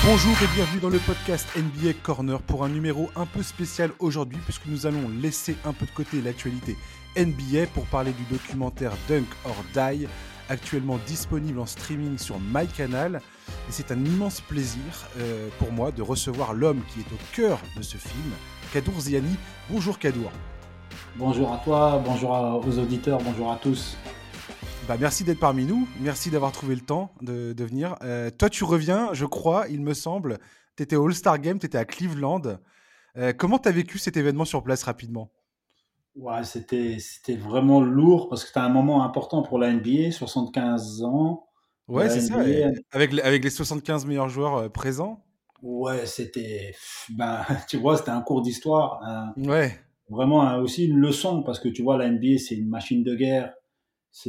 Bonjour et bienvenue dans le podcast NBA Corner pour un numéro un peu spécial aujourd'hui puisque nous allons laisser un peu de côté l'actualité NBA pour parler du documentaire Dunk or Die, actuellement disponible en streaming sur MyCanal. Et c'est un immense plaisir pour moi de recevoir l'homme qui est au cœur de ce film, Kadour Ziani. Bonjour Kadour. Bonjour à toi, bonjour aux auditeurs, bonjour à tous. Merci d'être parmi nous, merci d'avoir trouvé le temps de venir. Toi tu reviens, je crois, il me semble, tu étais au All-Star Game, tu étais à Cleveland. Comment tu as vécu cet événement sur place rapidement ? Ouais, c'était vraiment lourd parce que c'était un moment important pour la NBA, 75 ans de Ouais, la c'est ça, et NBA. avec les 75 meilleurs joueurs présents. Ouais, tu vois, c'était un cours d'histoire, Ouais, vraiment aussi une leçon parce que tu vois, la NBA, c'est une machine de guerre. C'est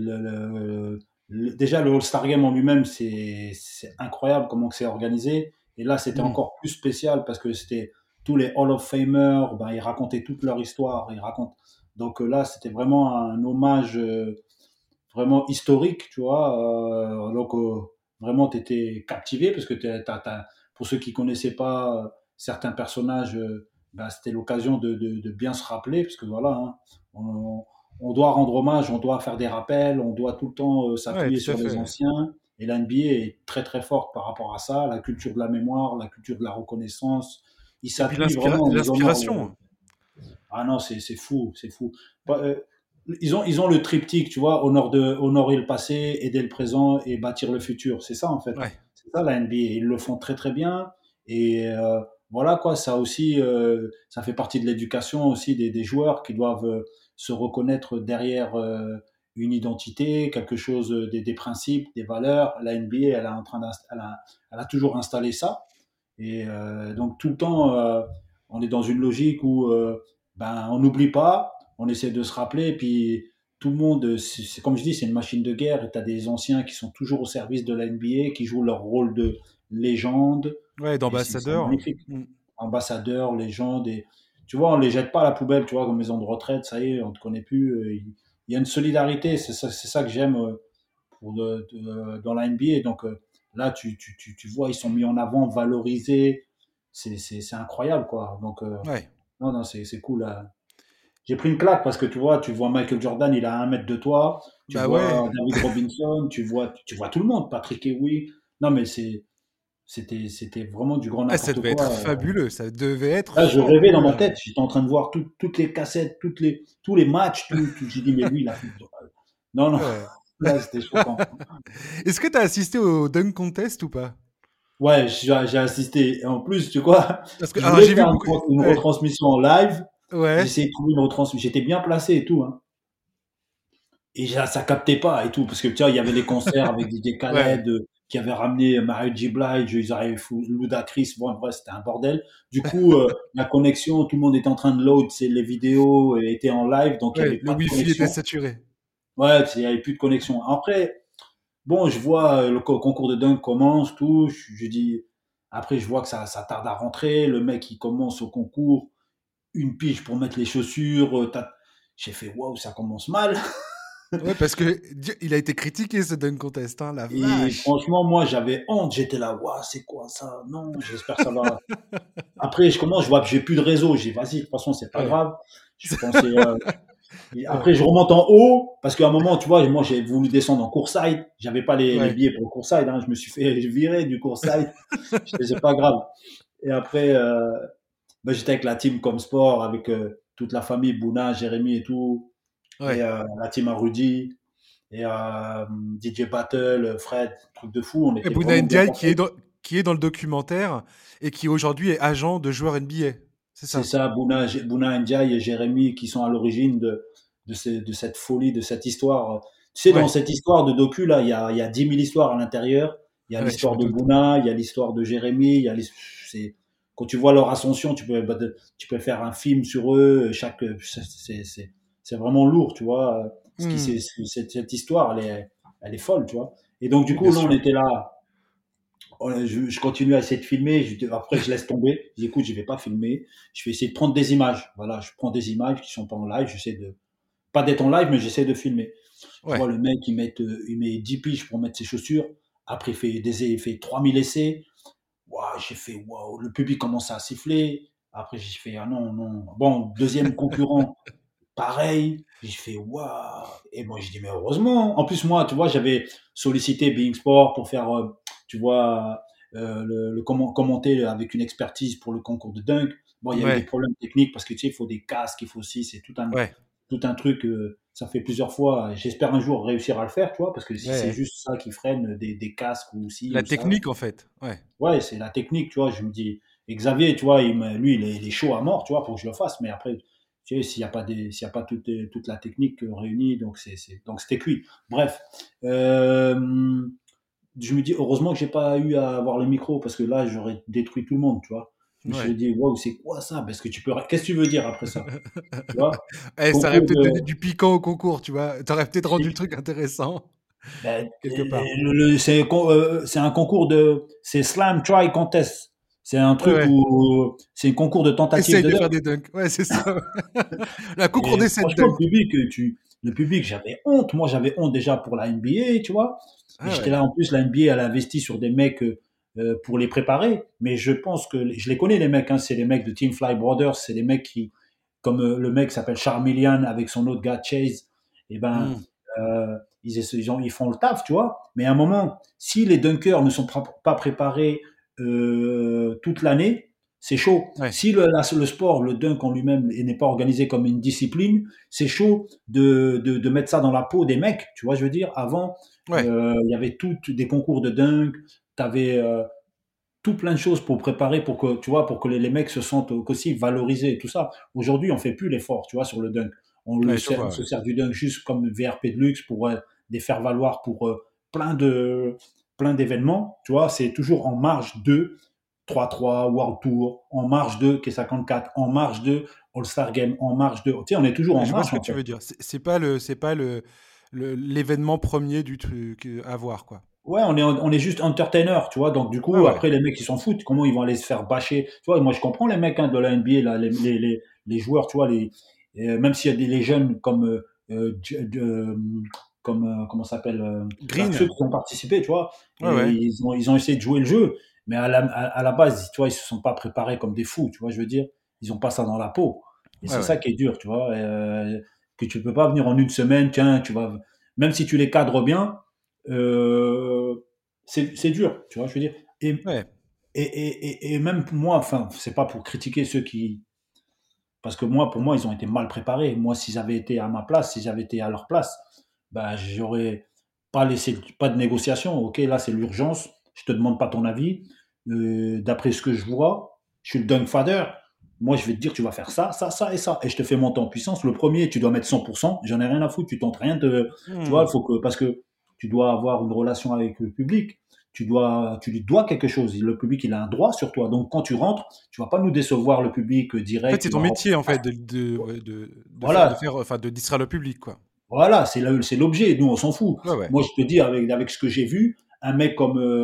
déjà le All-Star Game en lui-même, c'est incroyable comment que c'est organisé. Et là, c'était mm. encore plus spécial parce que c'était tous les Hall of Famers, ils racontaient toute leur histoire. Donc là, c'était vraiment un hommage vraiment historique, tu vois. Vraiment, tu étais captivé parce que pour ceux qui connaissaient pas certains personnages, c'était l'occasion de bien se rappeler parce que voilà, hein, on doit rendre hommage, on doit faire des rappels, on doit tout le temps Ouais, s'appuyer tout à sur les fait. anciens. Et la NBA est très très forte par rapport à ça, la culture de la mémoire, la culture de la reconnaissance. Ils Et puis s'appuient vraiment, ils honorent. l'inspiration. Ah non, c'est fou, c'est fou. Bah, ils ont le triptyque, tu vois, honorer le passé, aider le présent et bâtir le futur. C'est ça en fait. Ouais. C'est ça la NBA. Ils le font très très bien. Et voilà quoi, ça fait partie de l'éducation aussi des joueurs qui doivent se reconnaître derrière une identité, quelque chose, des principes, des valeurs. La NBA, elle a toujours installé ça. Et donc tout le temps, on est dans une logique où on n'oublie pas, on essaie de se rappeler, et puis tout le monde, comme je dis, c'est une machine de guerre, et tu as des anciens qui sont toujours au service de la NBA, qui jouent leur rôle de légende, Ouais, et c'est d'ambassadeur. magnifique. Mm. Ambassadeurs, légende, et tu vois, on les jette pas à la poubelle, tu vois, comme maison de retraite, ça y est, on te connaît plus. Il y a une solidarité, c'est ça que j'aime dans la NBA. Donc là, tu vois, ils sont mis en avant, valorisés. C'est incroyable, quoi. Donc, Ouais. non, non, c'est cool. J'ai pris une claque parce que tu vois Michael Jordan, il a 1 mètre de toi. Tu Bah vois ouais. David Robinson, tu vois tout le monde. Patrick Ewing. Non, mais c'était vraiment du grand Ah, ça n'importe devait être quoi. fabuleux. Ça devait être Là, je rêvais dans ma fabuleux. tête. J'étais en train de voir toutes les cassettes, tous les matchs. J'ai dit, mais lui, il a fait. Non, non. Ouais. Là, c'était choquant. Est-ce que tu as assisté au Dunk Contest ou pas ? Ouais, j'ai assisté. En plus, tu vois, Parce que, je alors voulais j'ai vu faire beaucoup. une Ouais. retransmission en live. J'ai Ouais. essayé de trouver une retransmission. J'étais bien placé et tout, hein. Et ça captait pas et tout. Parce que, tu vois, il y avait les concerts avec DJ Ouais. Khaled, qui avait ramené Mary J. Blige, ils avaient fou Ludacris. Bon, bref, c'était un bordel. Du coup, la connexion, tout le monde était en train de load, les vidéos étaient en live, donc il y Ouais. avait Le pas de Wi-Fi était connexion. saturé. Ouais, il y avait plus de connexion. Après, bon, je vois le concours de dunk commence, tout. Je dis, après, je vois que ça tarde à rentrer. Le mec, il commence au concours, une pige pour mettre les chaussures. J'ai fait, waouh, ça commence mal. Ouais, parce que il a été critiqué ce Dunk Contest, hein, la Et vache. franchement, moi, j'avais honte. J'étais là, waouh, c'est quoi ça? Non, j'espère que ça va. Après, je vois que j'ai plus de réseau. J'ai dit, vas-y, de toute façon, c'est pas Ouais. grave. Je pensais, et Ouais. après, je remonte en haut, parce qu'à un moment, tu vois, moi, j'ai voulu descendre en courtside. J'avais pas les Ouais. billets pour le courtside, hein. Je me suis fait virer du courtside. Je disais, c'est pas grave. Et après, j'étais avec la team comme sport, avec toute la famille, Bouna, Jérémy et tout. Et Ouais. la team à Rudy. Et DJ Battle, Fred, truc de fou. On Et était Bouna vraiment bien Ndiaye passés. qui est dans le documentaire et qui aujourd'hui est agent de joueur NBA. C'est C'est ça. ça, Bouna Ndiaye et Jérémy qui sont à l'origine de cette folie, de cette histoire. Tu sais, dans Ouais. cette histoire de docu, là, il y a 10 000 histoires à l'intérieur. Il y a Ouais, je l'histoire me de doute. Bouna, il y a l'histoire de Jérémy, quand tu vois leur ascension, tu peux faire un film sur eux. C'est vraiment lourd, tu vois. Hmm. Cette histoire, elle est folle, tu vois. Et donc, du Oui, coup, bien là, on sûr. était là. Je continue à essayer de filmer. Après, je laisse tomber. Je dis, écoute, je vais pas filmer. Je vais essayer de prendre des images. Voilà, je prends des images qui sont pas en live. J'essaie de, pas d'être en live, mais j'essaie de filmer. Je vois Ouais. le mec, il met 10 piges pour mettre ses chaussures. Après, il fait 3000 essais. j'ai fait waouh, le public commence à siffler. Après, j'ai fait ah non, non. Bon, deuxième concurrent, pareil. J'ai fait waouh. Et moi, j'ai dit, mais heureusement. En plus, moi, tu vois, j'avais sollicité Being Sport pour faire, tu vois, commenter avec une expertise pour le concours de dunk. Bon, il y a eu des Ouais, problèmes techniques parce que tu sais, il faut des casques, il faut aussi, c'est ouais, tout un truc. Ça fait plusieurs fois. J'espère un jour réussir à le faire, tu vois, parce que si c'est ouais. juste ça qui freine des casques ou ci La ou ça, technique, en fait. Ouais. ouais, c'est la technique, tu vois. Je me dis, et Xavier, tu vois, lui, il est chaud à mort, tu vois, pour que je le fasse. Mais après, tu sais, s'il y a pas toute la technique réunie, donc donc c'était cuit. Bref, je me dis, heureusement que j'ai pas eu à avoir le micro parce que là, j'aurais détruit tout le monde, tu vois. Je me suis Ouais. dit, waouh, c'est quoi ça? Parce que qu'est-ce que tu veux dire après ça? Tu vois? Eh, ça aurait Concours peut-être de, donné du piquant au concours, tu vois. T'aurais peut-être rendu le truc intéressant, ben, quelque part. c'est un concours c'est Slam Try Contest. C'est un Ouais, truc ouais. où c'est un concours de tentative Essaye de de dunk. faire des dunks. Ouais, c'est ça. Un concours Et d'essai de franchement, dunk. le public, j'avais honte. Moi, j'avais honte déjà pour la NBA, tu vois. Et Ah j'étais ouais. là, en plus, la NBA, elle a investi sur des mecs pour les préparer. Mais je pense que, je les connais, les mecs, hein, c'est les mecs de Team Fly Brothers, c'est les mecs comme le mec s'appelle Charmeleon avec son autre gars, Chase, et ben, Hmm. ils font le taf, tu vois. Mais à un moment, si les dunkers ne sont pas préparés toute l'année, c'est chaud. Ouais. Si le sport, le dunk en lui-même, n'est pas organisé comme une discipline, c'est chaud de mettre ça dans la peau des mecs. Tu vois, je veux dire, avant, Ouais. il y avait tout des concours de dunk, tu avais tout plein de choses pour préparer, pour que, tu vois, pour que les mecs se sentent aussi valorisés et tout ça. Aujourd'hui, on fait plus l'effort, tu vois, sur le dunk. Ouais, je On vois, se ouais. sert du dunk juste comme VRP de luxe pour des faire valoir pour plein de plein d'événements, tu vois, c'est toujours en marge de 3-3, World Tour, en marge de K54, en marge de All-Star Game, en marge de... Tu sais, on est toujours Ouais, en je vois ce marge, que en tu fait. veux dire. C'est pas l'événement premier du truc à voir, quoi. Ouais, on est juste entertainer, tu vois. Donc, du Ouais, coup, ouais. après, les mecs, ils s'en foutent. Comment ils vont aller se faire bâcher? Tu vois, moi, je comprends les mecs hein, de la NBA, là, les joueurs, tu vois, même s'il y a les jeunes comme, comment ça s'appelle, bah, ceux Green. qui ont participé, tu vois, Ouais, et ouais. ils ont essayé de jouer le jeu, mais à la base, tu vois, ils se sont pas préparés comme des fous, tu vois, je veux dire, ils ont pas ça dans la peau. Et Ouais, c'est ouais. ça qui est dur, tu vois, que tu peux pas venir en une semaine, tiens, même si tu les cadres bien, euh, c'est dur, tu vois, je veux dire. Ouais. Et même pour moi, enfin, c'est pas pour critiquer ceux qui. Parce que moi, pour moi, ils ont été mal préparés. Moi, s'ils avaient été à ma place, si j'avais été à leur place, bah, j'aurais pas laissé, pas de négociation. Ok, là, c'est l'urgence. Je te demande pas ton avis. D'après ce que je vois, je suis le dunk father. Moi, je vais te dire, tu vas faire ça, ça, ça et ça. Et je te fais monter en puissance. Le premier, tu dois mettre 100%. J'en ai rien à foutre. Tu tentes rien de. Tu vois, Hmm. il faut que. Parce que tu dois avoir une relation avec le public. Tu lui dois quelque chose. Le public, il a un droit sur toi. Donc, quand tu rentres, tu vas pas nous décevoir le public En fait, direct. c'est Tu ton vas métier, en rentrer. fait, de Voilà, faire, enfin, de distraire le public, quoi. voilà, c'est l'objet. Nous, on s'en fout. Ouais, ouais. Moi, je te dis avec ce que j'ai vu, un mec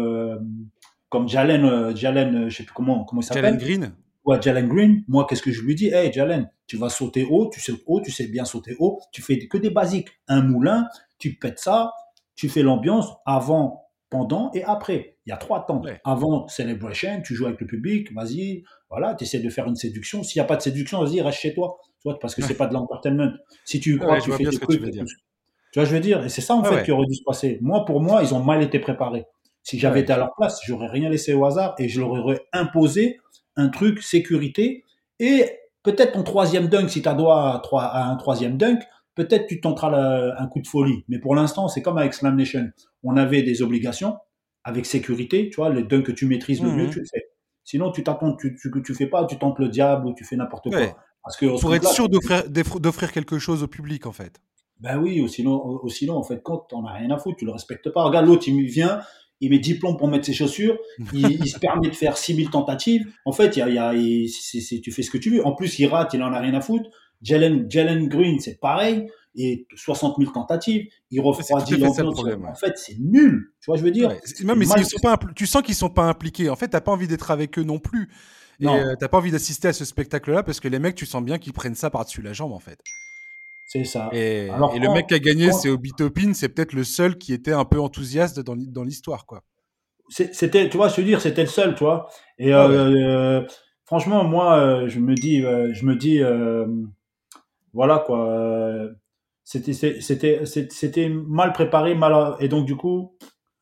comme Jalen, je sais plus comment il Jalen s'appelle. Green. Ouais, Jalen Green. Moi, qu'est-ce que je lui dis? Hey, Jalen, tu vas sauter haut, tu sais bien sauter haut. Tu fais que des basiques. Un moulin, tu pètes ça, tu fais l'ambiance avant, pendant et après. Il y a 3 temps. Ouais. Avant celebration, tu joues avec le public, vas-y, voilà, tu essaies de faire une séduction. S'il n'y a pas de séduction, vas-y, reste chez toi. Tu vois, parce que c'est pas Ouais. de l'entertainment. Si tu Ouais, crois ouais, que je tu vois fais bien tes ce que tu trucs veux et tout, dire. tu vois, je veux dire, et c'est ça en Ouais, fait qui ouais. aurait dû se passer. Moi, pour moi, ils ont mal été préparés. Si Ouais, j'avais ouais. été à leur place, j'aurais rien laissé au hasard et je leur aurais imposé un truc sécurité. Et peut-être ton troisième dunk, si tu as droit à un troisième dunk, peut-être tu tenteras un coup de folie. Mais pour l'instant, c'est comme avec Slam Nation. On avait des obligations avec sécurité. Tu vois, le dunk que tu maîtrises le mieux, tu Mhm. le fais. Sinon, tu t'attends, tu fais pas, tu tentes le diable ou tu fais n'importe quoi. Ouais. Parce que ce Pour être truc-là, sûr d'offrir quelque chose au public, en fait. ben oui, ou sinon, en fait, compte, t'en as rien à foutre, tu le respectes pas. Regarde, l'autre, il vient, il met 10 plombs pour mettre ses chaussures, il se permet de faire 6000 tentatives. En fait, tu fais ce que tu veux. En plus, il rate, il en a rien à foutre. Jalen Green, c'est pareil, et 60 000 tentatives, il Ouais, c'est tout refroidit à fait ça le l'ambiance. problème, En ouais. fait, c'est nul. Tu vois, je veux dire, Ouais. c'est Même, mais mal. ils sont pas tu sens qu'ils sont pas impliqués. En fait, t'as pas envie d'être avec eux non plus. Et Non, t'as pas envie d'assister à ce spectacle-là parce que les mecs, tu sens bien qu'ils prennent ça par-dessus la jambe, en fait. c'est ça. Et Alors, le mec qui a gagné, c'est quand, Obi Toppin, c'est peut-être le seul qui était un peu enthousiaste dans l'histoire, quoi. c'était, tu vois, je veux dire, c'était le seul, tu vois. Et Ouais, ouais. franchement, moi, je me dis, voilà quoi. C'était mal préparé, mal, et donc du coup,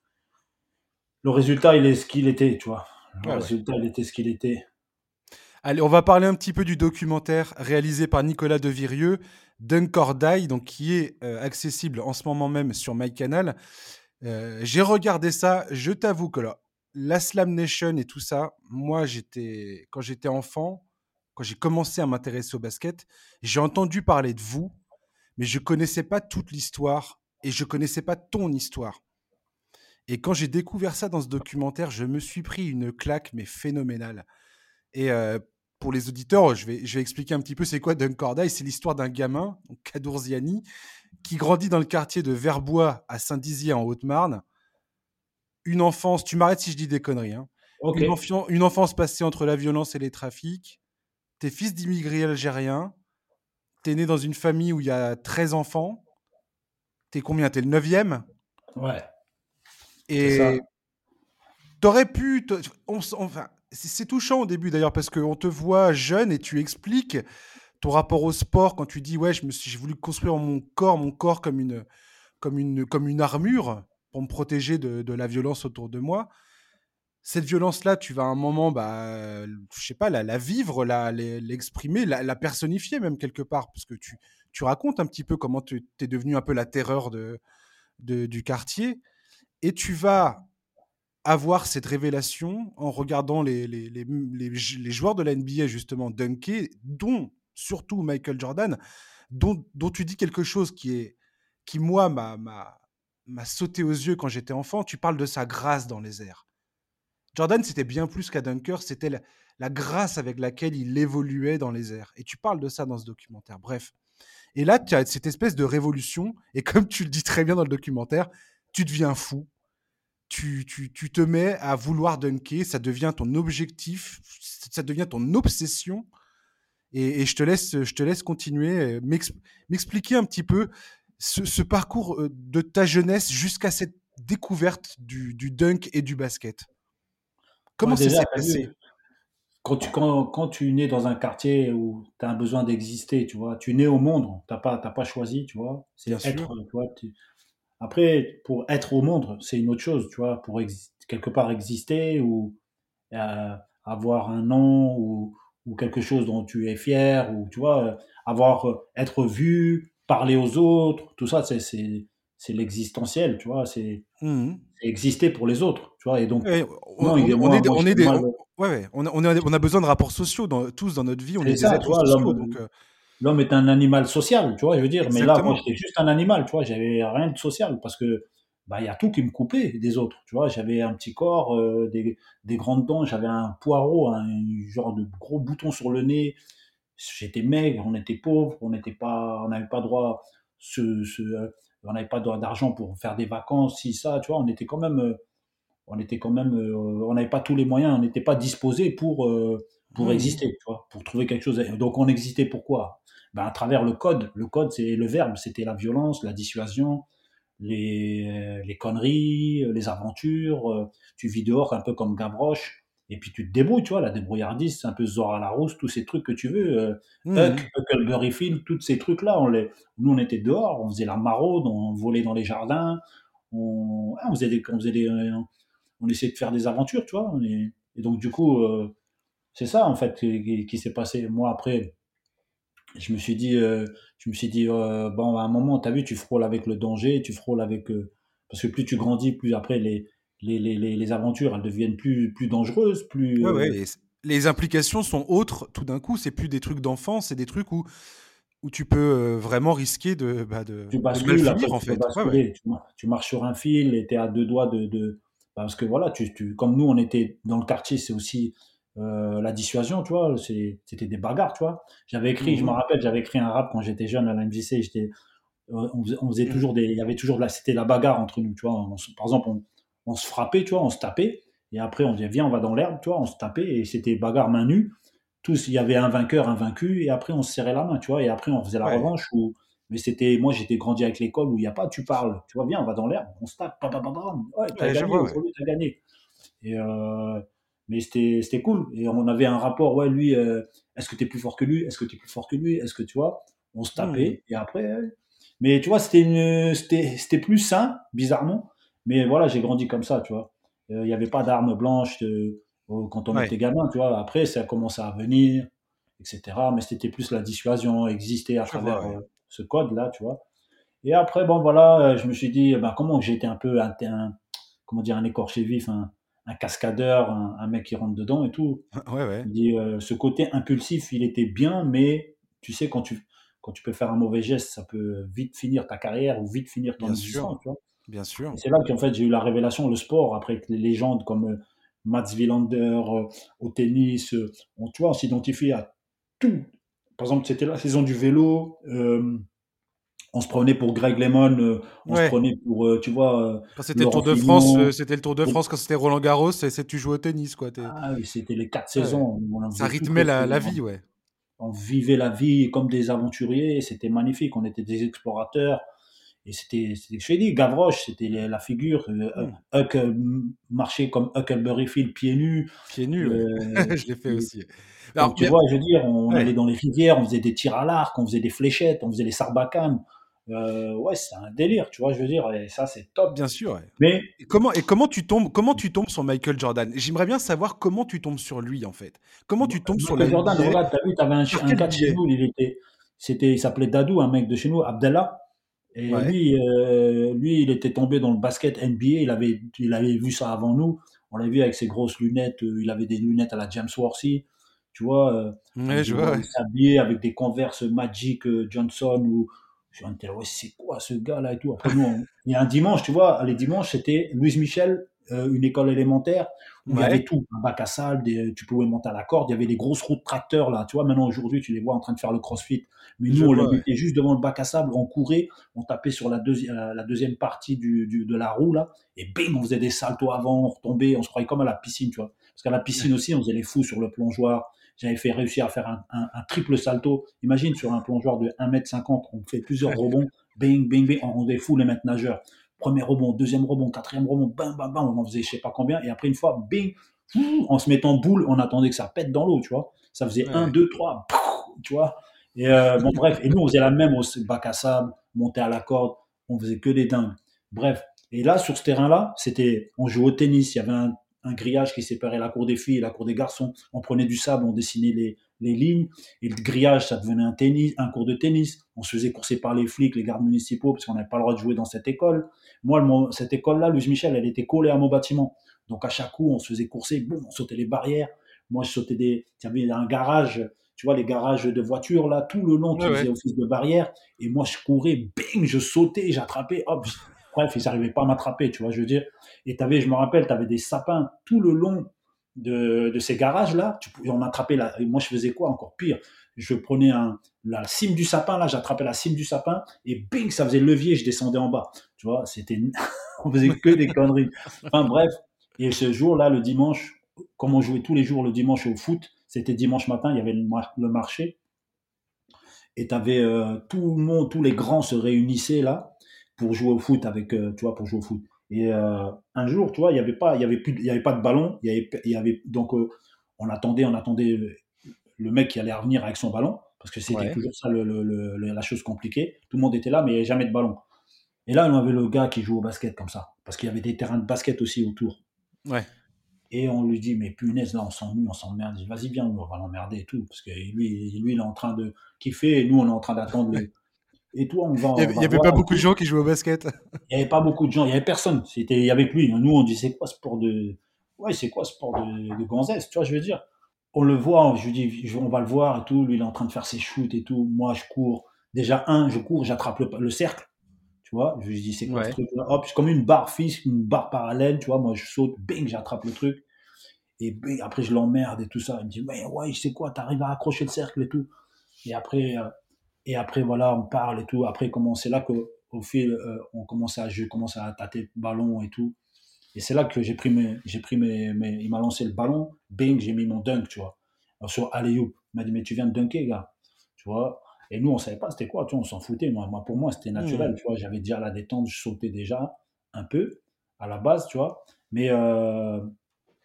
le résultat, il est ce qu'il était, tu vois. Le Ouais, ouais. résultat, il était ce qu'il était. Allez, on va parler un petit peu du documentaire réalisé par Nicolas De Virieux, Dunk or Die, donc qui est accessible en ce moment même sur MyCanal. J'ai regardé ça, je t'avoue que là, la Slam Nation et tout ça, moi, quand j'étais enfant, quand j'ai commencé à m'intéresser au basket, j'ai entendu parler de vous, mais je connaissais pas toute l'histoire et je connaissais pas ton histoire. Et quand j'ai découvert ça dans ce documentaire, je me suis pris une claque, mais phénoménale. Et pour les auditeurs, je vais expliquer un petit peu c'est quoi Dunk Corday. C'est l'histoire d'un gamin, donc Kadourziani, qui grandit dans le quartier de Verbois à Saint-Dizier en Haute-Marne. Une enfance, tu m'arrêtes si je dis des conneries, hein. Ok. Une enfance passée entre la violence et les trafics. T'es fils d'immigrés algériens. T'es né dans une famille où il y a 13 enfants. T'es combien? T'es le neuvième. Ouais, c'est Et ça. t'aurais pu. Enfin, c'est touchant au début d'ailleurs parce qu'on te voit jeune et tu expliques ton rapport au sport quand tu dis ouais, j'ai voulu construire mon corps comme une armure pour me protéger de la violence autour de moi. Cette violence-là, tu vas à un moment, bah, je sais pas, la vivre, l'exprimer, la personnifier même quelque part, parce que tu racontes un petit peu comment tu es devenu un peu la terreur du quartier, et tu vas avoir cette révélation en regardant les joueurs de la NBA justement dunker, dont surtout Michael Jordan, dont tu dis quelque chose qui moi m'a sauté aux yeux quand j'étais enfant. Tu parles de sa grâce dans les airs. Jordan, c'était bien plus qu'un dunker, c'était la grâce avec laquelle il évoluait dans les airs. Et tu parles de ça dans ce documentaire. Bref. Et là, tu as cette espèce de révolution, et comme tu le dis très bien dans le documentaire, tu deviens fou, tu te mets à vouloir dunker, ça devient ton objectif, ça devient ton obsession. Et je te laisse continuer, m'expliquer un petit peu ce parcours de ta jeunesse jusqu'à cette découverte du dunk et du basket. Comment Ouais, ça déjà, s'est tu as vu, passé? quand tu nais dans un quartier où tu as un besoin d'exister, tu vois, tu nais au monde, t'as pas choisi, tu vois, Bien c'est être, sûr. tu vois. Après, pour être au monde, c'est une autre chose, tu vois, pour quelque part exister ou avoir un nom ou quelque chose dont tu es fier, ou tu vois, être vu, parler aux autres, tout ça, c'est l'existentiel, tu vois, Mhm. c'est exister pour les autres, tu vois, et donc, Ouais, non, moi, on est j'étais des, mal. ouais, ouais, on a besoin de rapports sociaux tous dans notre vie. On est C'est des ça, tu êtres vois, sociaux, donc l'homme est un animal social, tu vois, je veux dire, mais là, moi, exactement. j'étais juste un animal, tu vois, j'avais rien de social parce que, bah, il y a tout qui me coupait des autres, tu vois, j'avais un petit corps, des grandes dents, j'avais un poireau, un genre de gros bouton sur le nez, j'étais maigre, on était pauvre, on n'avait pas droit, on n'avait pas droit d'argent pour faire des vacances, si, ça, tu vois, on n'avait pas tous les moyens, on n'était pas disposé pour Mhm. exister, tu vois, pour trouver quelque chose. Donc on existait pourquoi? Ben, à travers le code. Le code, c'est le verbe, c'était la violence, la dissuasion, les conneries, les aventures. Tu vis dehors un peu comme Gavroche, et puis tu te débrouilles, tu vois, la débrouillardise, c'est un peu Zora Larousse, tous ces trucs que tu veux. Mhm. Huckleberry Finn, tous ces trucs-là, nous on était dehors, on faisait la maraude, on volait dans les jardins, on essayait de faire des aventures, tu vois. Et donc, du coup, c'est ça, en fait, qui s'est passé. Moi, après, je me suis dit, bon, à un moment, tu as vu, tu frôles avec le danger, tu frôles avec. Parce que plus tu grandis, plus après, les aventures, elles deviennent plus dangereuses, plus. Ouais, ouais. Les implications sont autres. Tout d'un coup, c'est plus des trucs d'enfant, c'est des trucs où tu peux vraiment risquer Tu de mal bascules, après finir en tu peux fait. Ouais, ouais. basculer, tu marches sur un fil et tu es à deux doigts parce que voilà, comme nous on était dans le quartier, c'est aussi la dissuasion, tu vois, c'était des bagarres, tu vois. Je me Mhm. rappelle, j'avais écrit un rap quand j'étais jeune à la MJC, on faisait toujours il y avait toujours c'était la bagarre entre nous, tu vois. Par exemple, on se frappait, tu vois, on se tapait, et après on disait viens, on va dans l'herbe, tu vois, on se tapait, et c'était bagarre main nue. Tous, il y avait un vainqueur, un vaincu, et après on se serrait la main, tu vois, et après on faisait la Ouais. revanche. Mais moi j'étais grandi avec l'école où il n'y a pas, tu parles, tu vois, viens, on va dans l'herbe, on se tape, bam, bam, bam, bam. Ouais, t'as Ouais, je gagné, vois, ouais. aujourd'hui t'as gagné. Et, mais c'était cool. Et on avait un rapport, ouais, lui, est-ce que t'es plus fort que lui? Est-ce que t'es plus fort que lui? Est-ce que tu vois? On se Mhm. tapait, et après, mais tu vois, c'était plus sain, bizarrement. Mais voilà, j'ai grandi comme ça, tu vois. Il n'y avait pas d'armes blanches quand on Ouais, était gamin, tu vois. Après, ça a commencé à venir, etc. Mais c'était plus la dissuasion, exister à je vois, travers ouais. ce code-là, tu vois. Et après, bon, voilà, je me suis dit, ben, comment j'ai été un peu comment dire, un écorché vif, un cascadeur, un mec qui rentre dedans et tout. Ouais, ouais, Je me dis, ce côté impulsif, il était bien, mais tu sais, quand tu peux faire un mauvais geste, ça peut vite finir ta carrière ou vite finir ton bien sûr, existence, tu vois. bien sûr. Et c'est là qu'en fait, j'ai eu la révélation, le sport, après que les légendes comme Mats Wilander au tennis, tu vois, on s'identifie à tout. Par exemple, c'était la saison du vélo. On se prenait pour Greg LeMond, on se Ouais. prenait pour, tu vois, Quand c'était le Laurent Tour de France, Fignon. c'était le Tour de France, quand c'était Roland Garros, c'est tu joues au tennis, quoi. Ah oui, c'était les 4 Ouais. saisons, on en Ça faisait tout rythmait péter. la vie, ouais. On vivait la vie comme des aventuriers, c'était magnifique, on était des explorateurs. Et je t'ai dit, Gavroche, c'était la figure. Hmm. Huck marchait comme Huckleberry Finn, pieds nus. Pieds nus, ouais. Euh, Je l'ai fait et aussi. donc, Alors, tu mais vois, je veux dire, on allait ouais, dans les rivières, on faisait des tirs à l'arc, on faisait des fléchettes, on faisait les sarbacanes. Ouais, c'est un délire, tu vois, je veux dire, et ça, c'est top. bien sûr, ouais. Mais Et comment tu tombes sur Michael Jordan? J'aimerais bien savoir comment tu tombes sur lui, en fait. Comment tu tombes sur la Michael Jordan, NBA? regarde, t'as vu, t'avais Par un quel gars de chez biais? nous, il s'appelait Dadou, un mec de chez nous, Abdallah. Et Ouais. lui, il était tombé dans le basket NBA. Il avait vu ça avant nous. On l'a vu avec ses grosses lunettes. Il avait des lunettes à la James Worthy. Tu vois, on Ouais, faisait je vois, voir, il ouais. s'habillait avec des Converse Magic Johnson. Ou je me disais, ouais, c'est quoi ce gars-là et tout. Après, il y a un dimanche, tu vois, les dimanches, c'était Louise Michel, une école élémentaire où il y avait Ouais, tout. Un bac à sable, tu pouvais monter à la corde. Il y avait des grosses roues de tracteurs, là. Tu vois, maintenant, aujourd'hui, tu les vois en train de faire le crossfit. Mais je nous, on les vois, ouais. mettait juste devant le bac à sable, on courait, on tapait sur la deuxième partie de la roue, là, et bing, on faisait des saltos avant, on retombait, on se croyait comme à la piscine, tu vois. Parce qu'à la piscine Ouais. aussi, on faisait les fous sur le plongeoir. J'avais fait réussir à faire un triple salto. Imagine, sur un plongeoir de 1,50 m, on fait plusieurs rebonds, bing, bing, bing, on rendait fou les maîtres nageurs. Premier rebond, deuxième rebond, quatrième rebond, bam, bam, bam, on en faisait je sais pas combien, et après une fois, bing, en se mettant boule, on attendait que ça pète dans l'eau, tu vois. Ça faisait un Ouais. 2 3 tu vois. Et bon, bref, et nous, on faisait la même au bac à sable, monter à la corde, on faisait que des dingues. Bref, et là, sur ce terrain-là, on jouait au tennis, il y avait un grillage qui séparait la cour des filles et la cour des garçons. On prenait du sable, on dessinait les lignes, et le grillage, ça devenait un cours de tennis. On se faisait courser par les flics, les gardes municipaux, parce qu'on n'avait pas le droit de jouer dans cette école. Moi, cette école-là, Louise Michel, elle était collée à mon bâtiment. Donc à chaque coup, on se faisait courser, boum, on sautait les barrières. Moi, je sautais il y avait un garage, tu vois, les garages de voitures, là, tout le long Ouais, qui ouais. faisait office de barrière. Et moi, je courais, bing, je sautais, j'attrapais, hop. Bref, ils n'arrivaient pas à m'attraper, tu vois, je veux dire. Et je me rappelle, tu avais des sapins tout le long de ces garages-là. On attrapait et moi, je faisais quoi encore pire? Je prenais la cime du sapin, là, j'attrapais la cime du sapin, et bing, ça faisait levier, je descendais en bas. Tu vois, on faisait que des conneries. Enfin, bref. Et ce jour-là, le dimanche, comme on jouait tous les jours le dimanche au foot, c'était dimanche matin, il y avait le marché, et tu avais tout le monde, tous les grands se réunissaient là pour jouer au foot tu vois, pour jouer au foot. Et un jour, tu vois, il y avait pas de ballon, donc on attendait le mec qui allait revenir avec son ballon, parce que c'était Ouais. toujours ça la chose compliquée. Tout le monde était là, mais il n'y avait jamais de ballon. Et là, on avait le gars qui joue au basket comme ça, parce qu'il y avait des terrains de basket aussi autour. Ouais. Et on lui dit, mais punaise, là, on s'ennuie, on s'emmerde. Je dis, vas-y, viens, on va l'emmerder et tout. Parce que lui, il est en train de kiffer et nous, on est en train d'attendre Et toi, on Il va y avait voir pas et beaucoup de tout. gens qui jouaient au basket. Il n'y avait pas beaucoup de gens, il n'y avait personne. C'était avec lui. Nous, on dit, c'est quoi sport de. Ouais, c'est quoi sport de gonzesse, tu vois, je veux dire. On le voit, je lui dis, on va le voir et tout. Lui, il est en train de faire ses shoots et tout. Moi, je cours. Déjà, je cours, j'attrape le cercle. Tu vois, je lui dis, c'est quoi ce Ouais. truc-là? Hop, c'est comme une barre fixe, une barre parallèle, tu vois. Moi, je saute, bing, j'attrape le truc. Et bing, après, je l'emmerde et tout ça. Il me dit, mais ouais, je sais quoi, t'arrives à accrocher le cercle et tout. Et après, voilà, on parle et tout. Après, c'est là que au fil, je commence à tâter le ballon et tout. Et c'est là que il m'a lancé le ballon, bing, j'ai mis mon dunk, tu vois. Alors, sur alley-oop. Il m'a dit, mais tu viens de dunker, gars. Tu vois. Et nous, on savait pas c'était quoi, tu vois, on s'en foutait. Pour moi, c'était naturel, Hmm. tu vois. J'avais déjà la détente, je sautais déjà un peu à la base, tu vois. Mais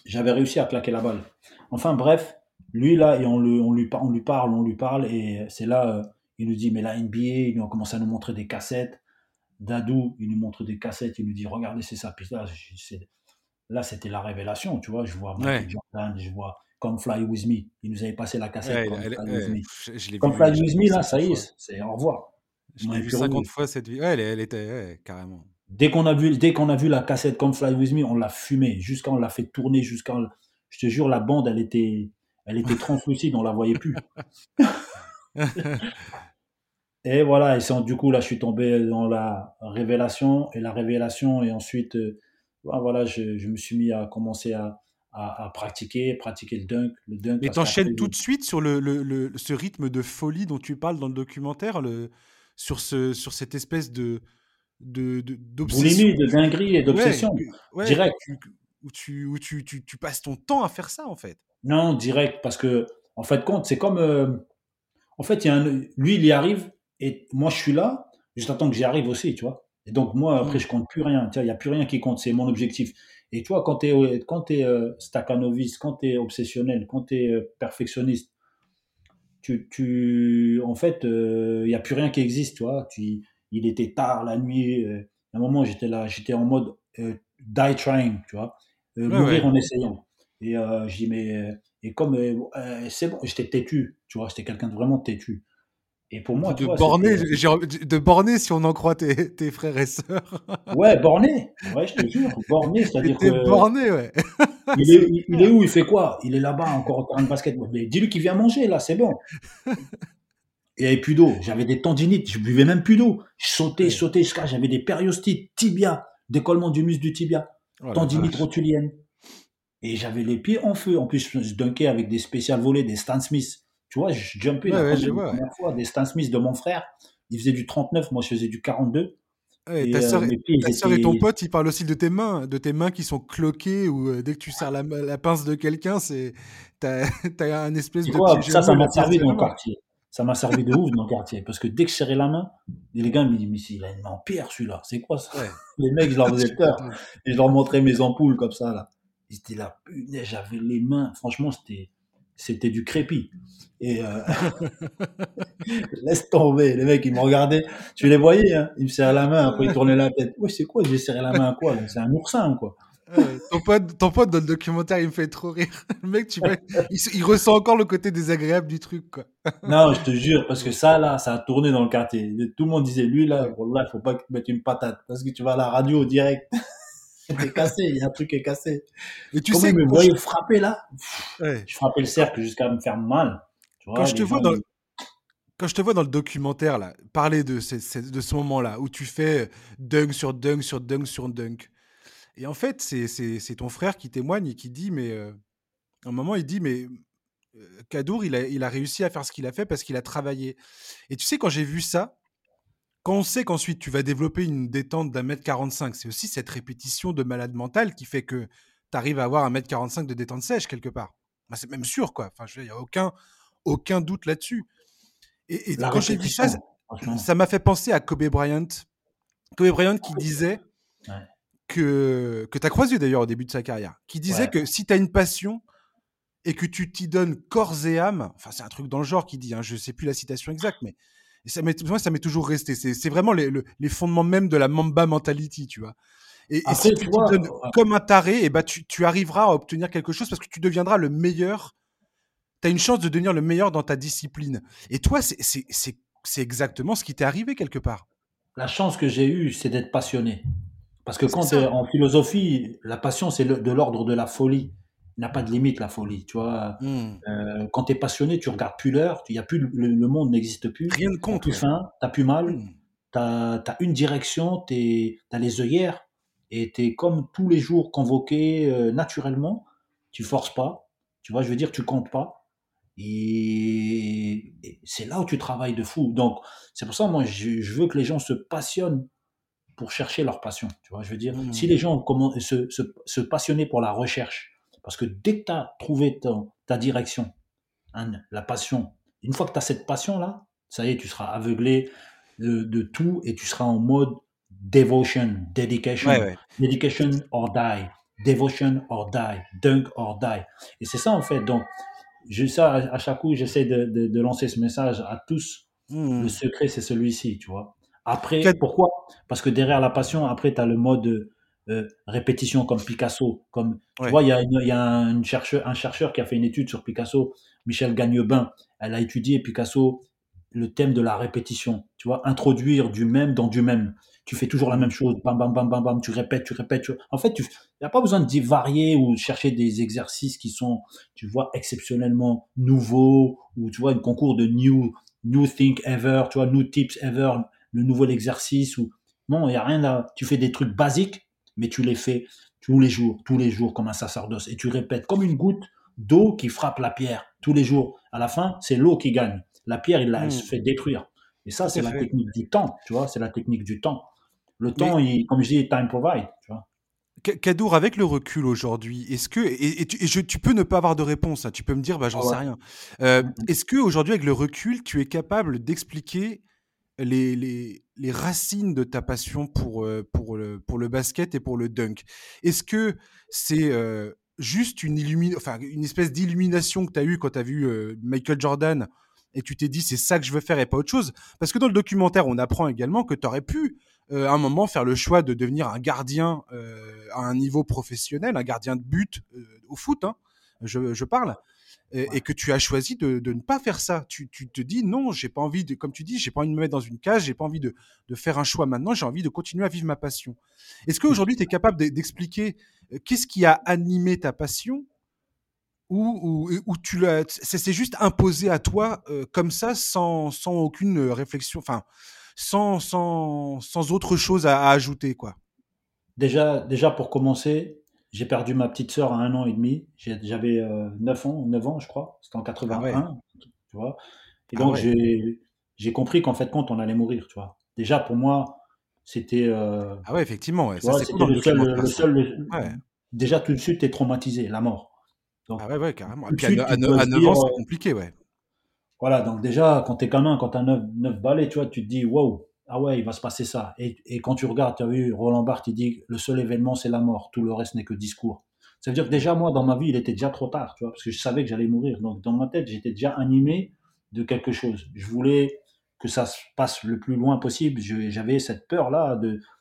j'avais réussi à claquer la balle. Enfin bref, lui là, et on lui parle, et c'est là, il nous dit, mais la NBA, ils nous ont commencé à nous montrer des cassettes. Dadou, il nous montre des cassettes, il nous dit, regardez, c'est ça. Puis là, c'était la révélation, tu vois. Je vois Michael Ouais, Jordan, je vois Come Fly With Me. Il nous avait passé la cassette ouais, Come Fly With Me. je l'ai Come Fly vu, je l'ai With vu Me, là, 50 ça y fois. est, c'est au revoir. Je On l'ai n'avait vu plus 50 revenu. fois cette vie. Ouais, elle était carrément. Dès qu'on a vu la cassette Come Fly With Me, on l'a fumée, jusqu'à on l'a fait tourner, je te jure, la bande, elle était translucide, on la voyait plus. Et voilà, du coup, là, je suis tombé dans la révélation, et la révélation, et ensuite, voilà, je me suis mis à commencer à pratiquer le dunk, Mais parce qu'après, t'enchaînes tout de suite sur ce rythme de folie dont tu parles dans le documentaire, sur cette espèce d'obsession boulimie, de dinguerie et ouais, d'obsession, ouais, direct. où tu passes ton temps à faire ça, en fait. Non, direct, parce que, en fait, compte, c'est comme, en fait, lui, il y arrive, et moi, je suis là, juste attends que j'y arrive aussi, tu vois. Et donc, moi, après, Mm. je compte plus rien, tu vois, il n'y a plus rien qui compte, c'est mon objectif. Et tu vois, quand t'es stakhanoviste, quand t'es obsessionnel, quand t'es perfectionniste, en fait, il n'y a plus rien qui existe, tu vois. Il était tard la nuit, à un moment, j'étais là, j'étais en mode die trying, tu vois, Ouais, mourir ouais. en essayant. Et je dis, mais, et comme, c'est bon, j'étais têtu, tu vois, j'étais quelqu'un de vraiment têtu. Et pour moi, tu De vois, c'était, borner, de borner si on en croit tes frères et sœurs. ouais, borné, ouais, je te jure, borné, c'est-à-dire T'étais que borné, ouais. il est, C'est il est clair. où, il fait quoi? Il est là-bas, encore au terrain de basket. Mais dis-lui qu'il vient manger, là, c'est bon. Il n'y avait plus d'eau. J'avais des tendinites. Je buvais même plus d'eau. Je Ouais. sautais jusqu'à. J'avais des périostites, tibia, décollement du muscle du tibia, Oh la tendinite vache. rotulienne. Et j'avais les pieds en feu. En plus, je dunkais avec des spéciales volées, des Stan Smith. Tu vois, je jumpais Ouais, la ouais, première, je la vois, ouais. première fois des Stan Smith de mon frère. Il faisait du 39, moi je faisais du 42. Ouais, Et mes pieds, ils ta sœur et ton étaient. pote, ils parlent aussi de tes mains qui sont cloquées ou dès que tu serres la pince de quelqu'un, t'as, t'as un espèce C'est de pied quoi? Ça joyeux, m'a la pièce servi dans le diamant. quartier. Ça m'a servi de ouf dans le quartier. Parce que dès que je serrais la main, les gars me disent, mais il a une main en pierre celui-là. C'est quoi ça? Ouais, Les mecs, je leur faisais tu peur. m'étonnes. Et je leur montrais mes ampoules comme ça, là. Ils étaient là, punaise, j'avais les mains. Franchement, c'était du crépi. Et laisse tomber. Les mecs, ils me regardaient. Tu les voyais, hein. Ils me serraient la main, après ils tournaient la tête. Ouais, c'est quoi? J'ai serré la main à quoi, là? C'est un oursin, quoi. Ouais, ton pote dans le documentaire, il me fait trop rire. Le mec, tu vois, il ressent encore le côté désagréable du truc, quoi. Non, je te jure, parce que Ouais, ça, là, ça a tourné dans le quartier. Tout le monde disait, lui, là, ouais. voilà, il faut pas qu'il te mette une patate. Parce que tu vas à la radio direct. T'es cassé, il y a un truc qui est cassé. Mais tu Comment ils sais, me voyaient frapper, là? ouais, Je frappais le quand, cercle jusqu'à me faire mal. Tu quand vois, je te les gens, vois quand je te vois dans le documentaire, là, parler de ce moment-là, où tu fais dunk sur dunk sur dunk sur dunk. Et en fait, c'est ton frère qui témoigne et qui dit, mais à un moment, il dit, mais Kadour, il a réussi à faire ce qu'il a fait parce qu'il a travaillé. Et tu sais, quand j'ai vu ça, quand on sait qu'ensuite tu vas développer une détente d'1,45 m, c'est aussi cette répétition de malade mental qui fait que tu arrives à avoir 1,45 m de détente sèche quelque part. Bah, c'est même sûr, quoi. Enfin, il n'y a aucun doute là-dessus. Et la quand j'ai vu ça, répétition, franchement. ça m'a fait penser à Kobe Bryant. Kobe Bryant qui disait Ouais, que tu as croisé d'ailleurs au début de sa carrière, qui disait ouais. que si tu as une passion et que tu t'y donnes corps et âme, enfin c'est un truc dans le genre qui dit, hein, je sais plus la citation exacte, mais moi ça m'est toujours resté. C'est vraiment les fondements même de la Mamba mentality, tu vois. Et si Après, tu tu t'y donnes vois, comme un taré, et bah tu arriveras à obtenir quelque chose parce que tu deviendras le meilleur. Tu as une chance de devenir le meilleur dans ta discipline. Et toi, c'est exactement ce qui t'est arrivé quelque part. la chance que j'ai eue, c'est d'être passionné. Parce que C'est quand, ça. en philosophie, la passion, c'est de l'ordre de la folie. Il n'a pas de limite, la folie. Tu vois, Hmm. quand tu es passionné, tu regardes plus l'heure, il y a plus, le monde n'existe plus, Rien de tu compte, plus ouais. faim, tu plus mal, Hmm. tu as une direction, tu as les œillères, et tu es comme tous les jours convoqué naturellement, tu forces pas, tu vois, je veux dire, tu comptes pas. Et c'est là où tu travailles de fou. Donc, c'est pour ça, moi, je veux que les gens se passionnent pour chercher leur passion. Tu vois, je veux dire, si Hmm. les gens commencent se passionner pour la recherche, parce que dès que tu as trouvé ta direction, hein, la passion, une fois que tu as cette passion-là, ça y est, tu seras aveuglé de tout et tu seras en mode devotion, Ouais, dedication, ouais. Et dedication or die. devotion or die, dunk or die. Et c'est ça en fait. Donc, ça, à chaque coup, j'essaie de lancer ce message à tous. Le Hmm. secret, c'est celui-ci, tu vois. Après, Quel- pourquoi? Parce que derrière la passion, après, tu as le mode répétition comme Picasso. Comme, tu Ouais. vois, il y a un chercheur qui a fait une étude sur Picasso, Michel Gagnebin. Elle a étudié Picasso, le thème de la répétition. Tu vois, introduire du même dans du même. Tu fais toujours la Hmm. même chose, bam, bam, bam, bam, bam, tu répètes, tu répètes. En fait, il n'y a pas besoin de varier ou chercher des exercices qui sont, tu vois, exceptionnellement nouveaux, ou tu vois, un concours de new think ever, tu vois, new tips ever, le nouvel exercice, ou non, il n'y a rien là. Tu fais des trucs basiques, mais tu les fais tous les jours, comme un sacerdoce, et tu répètes comme une goutte d'eau qui frappe la pierre tous les jours. À la fin, c'est l'eau qui gagne. La pierre, elle se Hmm. fait détruire. Et ça, Tout c'est à la fait. technique du temps, tu vois, c'est la technique du temps. Le temps, Mais comme je dis, time provide, tu vois. Kadour, avec le recul aujourd'hui, est-ce que tu peux ne pas avoir de réponse, hein, tu peux me dire bah j'en Ah sais ouais. rien. Mm, Est-ce que aujourd'hui avec le recul, tu es capable d'expliquer les racines de ta passion pour le basket et pour le dunk? Est-ce que c'est juste enfin, une espèce d'illumination que tu as eue quand tu as vu Michael Jordan et tu t'es dit c'est ça que je veux faire et pas autre chose? Parce que dans le documentaire, on apprend également que tu aurais pu à un moment faire le choix de devenir un gardien à un niveau professionnel, un gardien de but au foot, hein, je parle et ouais. que tu as choisi de ne pas faire ça. Tu te dis non, j'ai pas envie de, comme tu dis, j'ai pas envie de me mettre dans une cage, j'ai pas envie de faire un choix maintenant, j'ai envie de continuer à vivre ma passion. Est-ce qu'aujourd'hui tu es capable d'expliquer qu'est-ce qui a animé ta passion ou tu l'as, c'est juste imposé à toi comme ça sans aucune réflexion, enfin sans autre chose à ajouter quoi. Déjà, pour commencer, j'ai perdu ma petite sœur à 1 an et demi. J'avais 9 ans, je crois. C'était en Ah ouais, 81, tu vois. Et ah donc, ouais, j'ai compris qu'en fait, compte, on allait mourir, tu vois. Déjà, pour moi, c'était, ah ouais, effectivement, ouais. tu Ça vois, c'est cool c'était dans le le seul, documentaire ça. Ouais. déjà, tout de suite, t'es traumatisé, la mort. Donc, Ah ouais, ouais, carrément. Et tout de puis suite, tu dois à se 9 dire, ans, c'est compliqué, ouais. voilà, donc déjà, quand t'es gamin, quand t'as 9 balais, tu vois, tu te dis, waouh, ah ouais, il va se passer ça. Et quand tu regardes, tu as vu, Roland Barthes, il dit, le seul événement, c'est la mort. Tout le reste n'est que discours. Ça veut dire que Mm. déjà, moi, dans ma vie, il était déjà trop tard, tu vois, parce que je savais que j'allais mourir. Donc, dans ma tête, j'étais déjà animé de quelque chose. Je voulais que ça se passe le plus loin possible. J'avais cette peur-là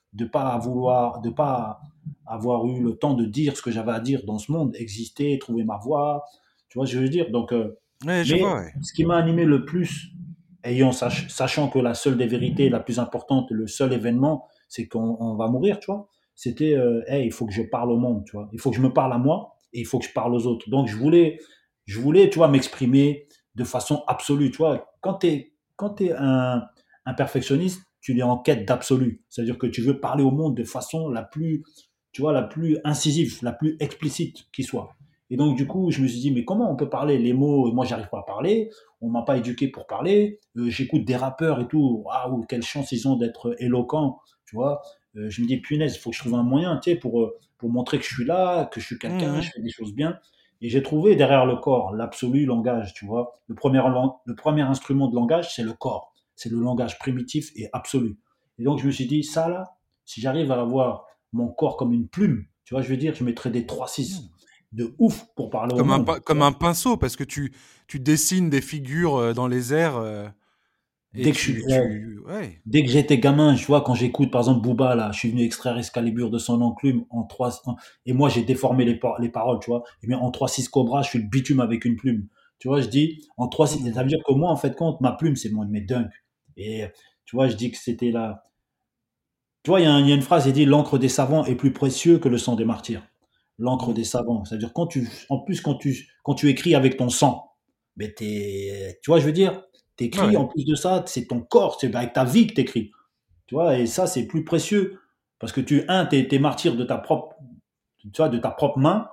de pas avoir eu le temps de dire ce que j'avais à dire dans ce monde, exister, trouver ma voie. Tu vois, ce que je veux dire. Donc, Ouais, je mais vois, ouais. ce qui m'a animé le plus, sachant que la seule des vérités, la plus importante, le seul événement, c'est qu'on va mourir, tu vois. C'était, hey, il faut que je parle au monde, tu vois. Il faut que je me parle à moi et il faut que je parle aux autres. Donc je voulais, tu vois, m'exprimer de façon absolue, tu vois. Quand t'es un perfectionniste, tu es en quête d'absolu. C'est-à-dire que tu veux parler au monde de façon la plus, tu vois, la plus incisive, la plus explicite qui soit. Et donc, du coup, je me suis dit, mais comment on peut parler les mots? Moi, j'arrive pas à parler. On m'a pas éduqué pour parler. J'écoute des rappeurs et tout. Waouh, quelle chance ils ont d'être éloquents, tu vois. Je me dis, punaise, il faut que je trouve un moyen, tu sais, pour montrer que je suis là, que je suis quelqu'un, Mhm. je fais des choses bien. Et j'ai trouvé derrière le corps l'absolu langage, tu vois. Le premier instrument de langage, c'est le corps. C'est le langage primitif et absolu. Et donc, je me suis dit, ça là, si j'arrive à avoir mon corps comme une plume, tu vois, je veux dire, je mettrais des 3-6 de ouf pour parler au monde, tu Comme vois. un pinceau, parce que tu dessines des figures dans les airs et Dès que je suis, ouais. dès que j'étais gamin, je vois, quand j'écoute, par exemple, Booba, là, je suis venu extraire Excalibur de son enclume et moi, j'ai déformé les paroles, tu vois. Et bien, en 3-6 Cobra, je suis le bitume avec une plume. Tu vois, je dis, en 3-6, ça Mhm. veut dire que moi, en fait, compte, ma plume, c'est mes dunks. Et, tu vois, je dis que c'était là. Tu vois, il y a une phrase, il dit, l'encre des savants est plus précieux que le sang des martyrs. L'encre Mhm. des savants. C'est-à-dire, quand tu écris avec ton sang, mais tu vois, je veux dire, t'écris, Ouais. en plus de ça, c'est ton corps, c'est avec ta vie que t'écris. Tu vois, et ça, c'est plus précieux. Parce que t'es martyr de ta propre, tu vois, de ta propre main,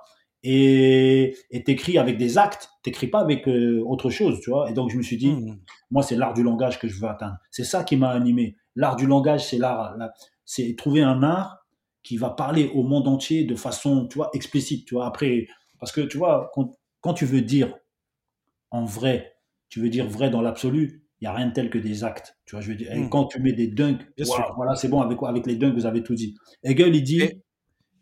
et t'écris avec des actes, t'écris pas avec autre chose, tu vois. Et donc, je me suis dit, Mhm. moi, c'est l'art du langage que je veux atteindre. C'est ça qui m'a animé. L'art du langage, c'est trouver un art qui va parler au monde entier de façon, tu vois, explicite, tu vois. Après, parce que, tu vois, quand tu veux dire en vrai, tu veux dire vrai dans l'absolu, il n'y a rien de tel que des actes. Tu vois, je veux dire, et Mhm. quand tu mets des dunks, Bien sûr. voilà, voilà, c'est bon, avec les dunks, vous avez tout dit. Hegel, il Et dit,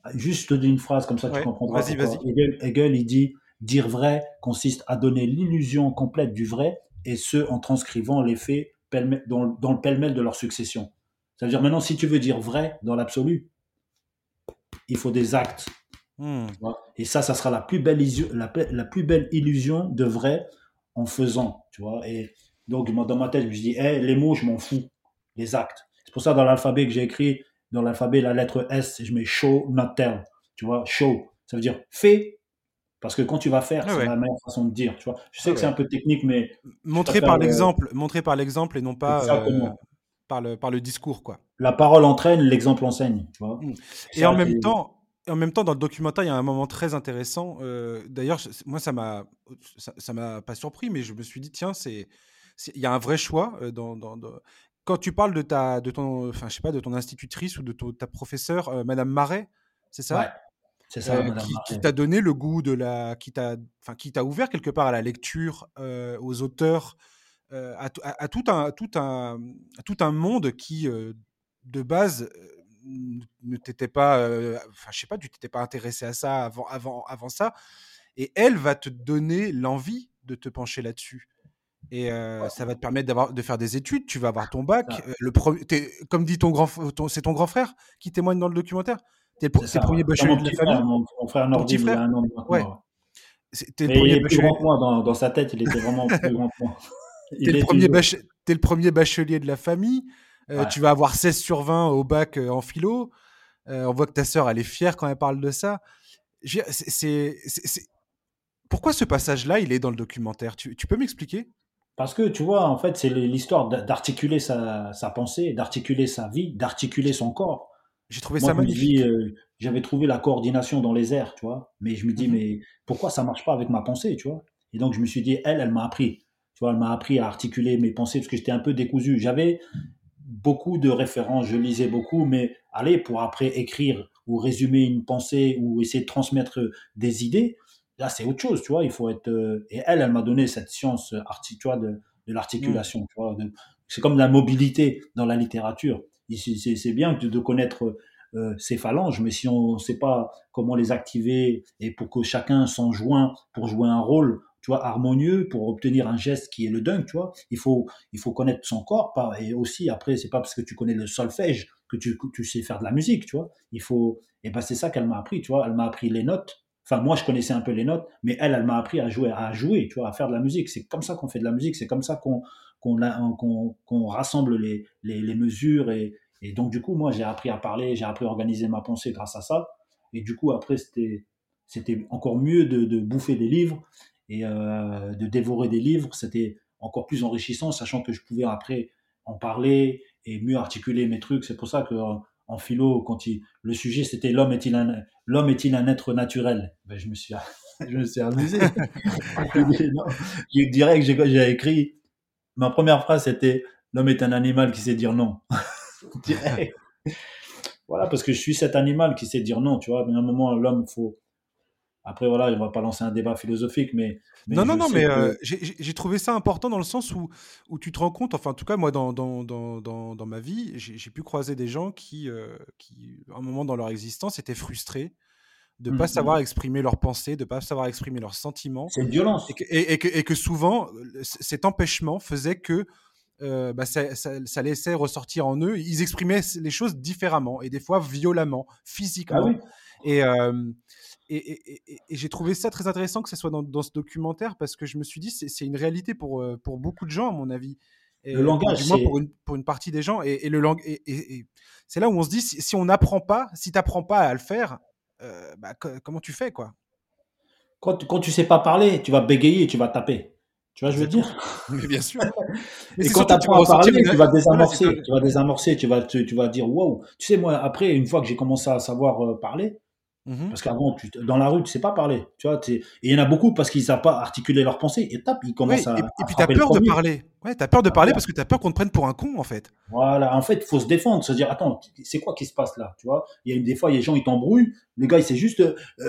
Juste, je te dis une phrase, comme ça tu Ouais, comprendras vas-y, pourquoi. vas-y. Hegel, il dit, dire vrai consiste à donner l'illusion complète du vrai, et ce, en transcrivant les faits dans le pêle-mêle de leur succession. Ça veut dire maintenant, si tu veux dire vrai dans l'absolu, il faut des actes. Hmm. Tu vois. Et ça sera la plus belle illusion, la plus belle illusion de vrai en faisant. Tu vois. Et donc, dans ma tête, je me dis, hey, les mots, je m'en fous. Les actes. C'est pour ça, dans l'alphabet que j'ai écrit, dans l'alphabet, la lettre S, je mets show, not tell. Tu vois, show. Ça veut dire fais, parce que quand tu vas faire, Ouais, c'est ouais, la meilleure façon de dire. Tu vois. Je ouais, sais que c'est un ouais. peu technique, mais je Montrer préfère par l'exemple, montrer par l'exemple et non pas exactement. par le discours, quoi. La parole entraîne, l'exemple enseigne. Tu vois. Mm. Et Et ça, c'est. en même temps, dans le documentaire, il y a un moment très intéressant. D'ailleurs, moi, ça m'a pas surpris, mais je me suis dit, tiens, il y a un vrai choix quand tu parles de ton, enfin, je sais pas, de ton institutrice ou de ta professeure, Madame Marais, c'est Ouais, ça? c'est ça, Madame Qui Martin. t'a donné le goût enfin, qui t'a ouvert quelque part à la lecture, aux auteurs, à tout un monde qui, de base, ne t'était pas, enfin, je sais pas, tu t'étais pas intéressé à ça avant ça. Et elle va te donner l'envie de te pencher là-dessus. Et ça va te permettre de faire des études. Tu vas avoir ton bac. Ça, Comme dit c'est ton grand frère qui témoigne dans le documentaire. c'est T'es le ça. Ouais. premier C'est bachelier mon de la petit frère, famille. mon frère Ton petit Nordine, il a frère. un an de moins que Ouais. moi. Ouais. T'es le Mais il premier est plus grand bachelier. que moi dans sa tête, il était vraiment plus grand que moi. T'es Il le est premier, toujours. t'es le premier bachelier de la famille. Ouais. Tu vas avoir 16 sur 20 au bac en philo. On voit que ta sœur, elle est fière quand elle parle de ça. Pourquoi ce passage-là, il est dans le documentaire? Tu peux m'expliquer? Parce que tu vois, en fait, c'est l'histoire d'articuler sa pensée, d'articuler sa vie, d'articuler son corps. J'ai trouvé Moi, ça je me dis, magnifique. j'avais trouvé la coordination dans les airs, tu vois. Mais je me dis, Mhm. mais pourquoi ça marche pas avec ma pensée, tu vois? Et donc, je me suis dit, elle m'a appris. Tu vois, elle m'a appris à articuler mes pensées parce que j'étais un peu décousu. J'avais beaucoup de références, je lisais beaucoup, mais aller pour après écrire ou résumer une pensée ou essayer de transmettre des idées, là, c'est autre chose, tu vois. Il faut être. Et elle m'a donné cette science tu vois, de Mm. l'articulation, tu vois. C'est comme la mobilité dans la littérature. C'est bien de connaître ces phalanges, mais si on ne sait pas comment les activer et pour que chacun s'enjoint pour jouer un rôle, tu vois, harmonieux, pour obtenir un geste qui est le dunk, tu vois, il faut connaître son corps, et aussi après, c'est pas parce que tu connais le solfège que tu sais faire de la musique, tu vois. Et ben c'est ça qu'elle m'a appris, tu vois. Elle m'a appris les notes. Enfin, moi, je connaissais un peu les notes, mais elle m'a appris à jouer, tu vois, à faire de la musique. C'est comme ça qu'on fait de la musique, c'est comme ça qu'on rassemble les mesures et donc, du coup, moi, j'ai appris à parler, j'ai appris à organiser ma pensée grâce à ça. Et du coup, après, c'était encore mieux de bouffer des livres et de dévorer des livres. C'était encore plus enrichissant, sachant que je pouvais après en parler et mieux articuler mes trucs. C'est pour ça que en philo, le sujet c'était l'homme est-il un être naturel? Ben, je me suis amusé. Non, direct, j'ai écrit, ma première phrase c'était l'homme est un animal qui sait dire non. Direct. Voilà, parce que je suis cet animal qui sait dire non, tu vois. Mais à un moment, l'homme, faut. Après, voilà, on va pas lancer un débat philosophique, mais Non, non, je non, sais mais que. j'ai trouvé ça important dans le sens où tu te rends compte, enfin, en tout cas, moi, dans ma vie, j'ai pu croiser des gens qui, à un moment dans leur existence, étaient frustrés de ne pas savoir exprimer leurs pensées, de ne pas savoir exprimer leurs sentiments, C'est une violence. et que souvent, cet empêchement faisait que bah, ça laissait ressortir en eux. Ils exprimaient les choses différemment et des fois violemment, Ah physiquement. oui. Et, et j'ai trouvé ça très intéressant que ce soit dans ce documentaire parce que je me suis dit c'est une réalité pour beaucoup de gens, à mon avis. Le Et langage, du moins c'est. pour une partie des gens. Et c'est là où on se dit si on n'apprend pas, si tu n'apprends pas à le faire, bah, comment tu fais, quoi? Quand tu sais pas parler, tu vas bégayer, tu vas taper. Tu vois, ce que je veux Exactement. dire. Mais bien sûr. Mais Et c'est quand tu surtout que tu apprends vas à ressentir parler, une. tu vas Voilà, c'est ça. désamorcer. Tu vas désamorcer. Tu vas dire waouh. Tu sais, moi, après, une fois que j'ai commencé à savoir parler, Mhm. parce qu'avant, dans la rue, tu sais pas parler. Tu vois, et il y en a beaucoup parce qu'ils savent pas articuler leurs pensées. Ils tapent, ils commencent Oui, et à puis tu as frapper le peur de premier. parler. Ouais, tu as peur de T'as parler peur. parce que tu as peur qu'on te prenne pour un con, en fait. Voilà, en fait, il faut se défendre, se dire, attends, c'est quoi qui se passe là, tu vois? Des fois, il y a des gens, ils t'embrouillent, le gars, il sait juste,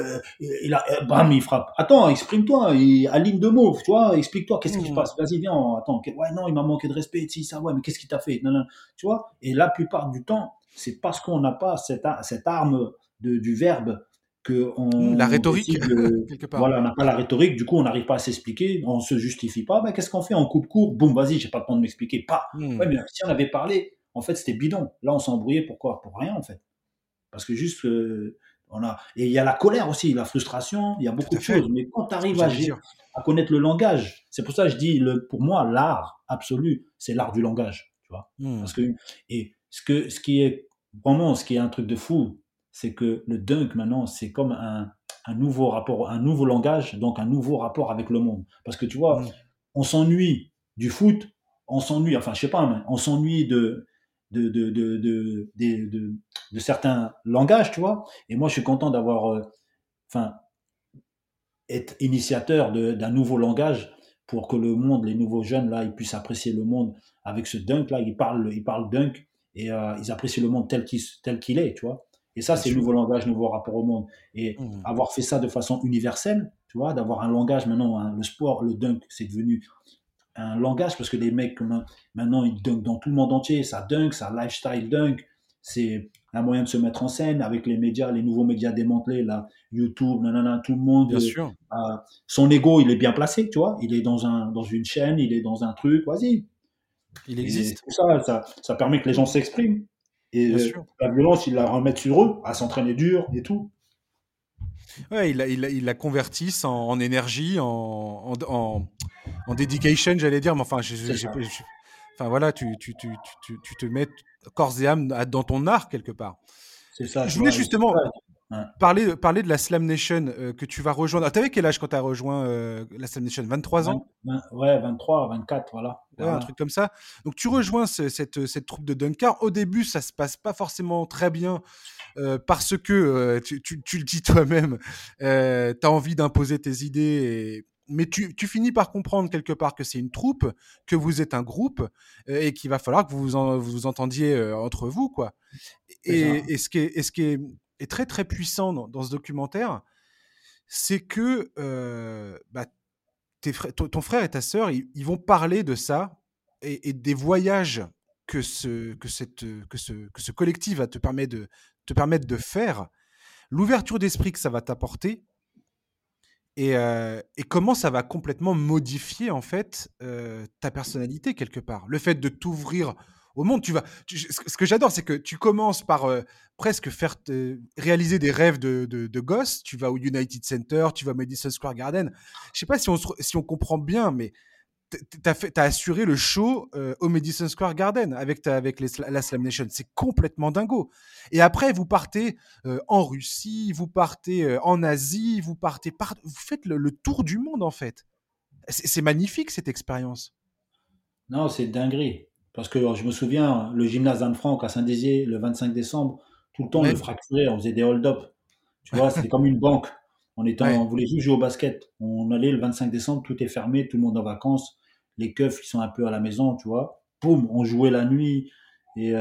bam, il frappe. Attends, exprime-toi, aligne deux mots, tu vois, explique-toi, qu'est-ce qui se Mhm. passe? Vas-y, viens, attends, ouais, non, il m'a manqué de respect, si, ça, ouais, mais qu'est-ce qui t'a fait? Non, non, tu vois? Et la plupart du temps, c'est parce qu'on n'a pas cette arme du verbe que La on rhétorique, décide de, quelque part. voilà, on n'a pas la rhétorique, du coup, on n'arrive pas à s'expliquer, on se justifie pas. Ben, qu'est-ce qu'on fait? On coupe court, boum, vas-y, j'ai pas le temps de m'expliquer. Pas. Ouais, Hmm, mais si on avait parlé, en fait, c'était bidon. Là, on s'est embrouillé. Pourquoi? Pour rien, en fait. Parce que juste, et il y a la colère aussi, la frustration, il y a tout beaucoup à de fait. choses. Mais quand tu C'est ce que arrives j'allais dire. à connaître le langage, c'est pour ça que je dis, pour moi, l'art absolu, c'est l'art du langage, tu vois. Hmm, Parce que, et ce qui est, vraiment, ce qui est un truc de fou, c'est que le dunk, maintenant, c'est comme un nouveau rapport, un nouveau langage, donc un nouveau rapport avec le monde. Parce que tu vois, hmm. on s'ennuie du foot, on s'ennuie, enfin, je sais pas, mais on s'ennuie de, de, de, de, de, de, de certains langages, tu vois. Et moi, je suis content d'avoir, enfin, être initiateur d'un nouveau langage pour que le monde, les nouveaux jeunes, là, ils puissent apprécier le monde avec ce dunk, là. Ils parlent dunk et ils apprécient le monde tel qu'il est, tu vois. Et ça, Bien c'est le sûr. nouveau langage, nouveau rapport au monde. Et Hmm. avoir fait ça de façon universelle, tu vois, d'avoir un langage maintenant, hein, le sport, le dunk, c'est devenu un langage parce que les mecs maintenant ils dunkent dans tout le monde entier, ça dunk, ça lifestyle dunk, c'est un moyen de se mettre en scène avec les médias, les nouveaux médias démantelés, là, YouTube, nanana, tout le monde, Bien sûr. son ego il est bien placé, tu vois, il est dans une chaîne, il est dans un truc, vas-y. Il Et existe. tout ça, ça permet que les gens s'expriment. Et Bien sûr. la violence, ils la remettent sur eux, à s'entraîner dur et tout. Ouais, il la convertissent en énergie, en dedication, j'allais dire. Mais enfin, C'est ça. enfin voilà, tu te mets corps et âme dans ton art quelque part. C'est ça, Je tu voulais vois. Et c'est justement ça. Hein. parler de la Slam Nation que tu vas rejoindre. Ah, t'avais quel âge quand tu as rejoint la Slam Nation? 23 ans? Ouais, 23, 24, voilà, Ouais, vers un là. truc comme ça. Donc tu rejoins cette troupe de Dunkard. Au début, ça se passe pas forcément très bien parce que tu le dis toi-même, tu as envie d'imposer tes idées. Mais tu finis par comprendre quelque part que c'est une troupe, que vous êtes un groupe et qu'il va falloir que vous vous entendiez entre vous, quoi. C'est ça. Et ce qui est très très puissant dans ce documentaire, c'est que bah, ton frère et ta sœur, ils vont parler de ça et des voyages que ce collectif va te permettre de faire, l'ouverture d'esprit que ça va t'apporter et comment ça va complètement modifier en fait ta personnalité quelque part. Le fait de t'ouvrir au monde, ce que j'adore, c'est que tu commences par presque réaliser des rêves de gosse. Tu vas au United Center, tu vas au Madison Square Garden. Je sais pas si on comprend bien, mais t'as assuré le show au Madison Square Garden avec la Slam Nation. C'est complètement dingo. Et après, vous partez en Russie, vous partez en Asie, vous faites le tour du monde en fait. C'est magnifique cette expérience. Non, c'est dinguerie. Parce que je me souviens, le gymnase Anne-Franck à Saint-Dizier, le 25 décembre, tout le temps, on le Ouais, fracturait, on faisait des hold-up. Tu vois, c'était comme une banque. On ouais. voulait juste jouer au basket. On allait le 25 décembre, tout est fermé, tout le monde en vacances. Les keufs, ils sont un peu à la maison, tu vois. Boum, on jouait la nuit. Et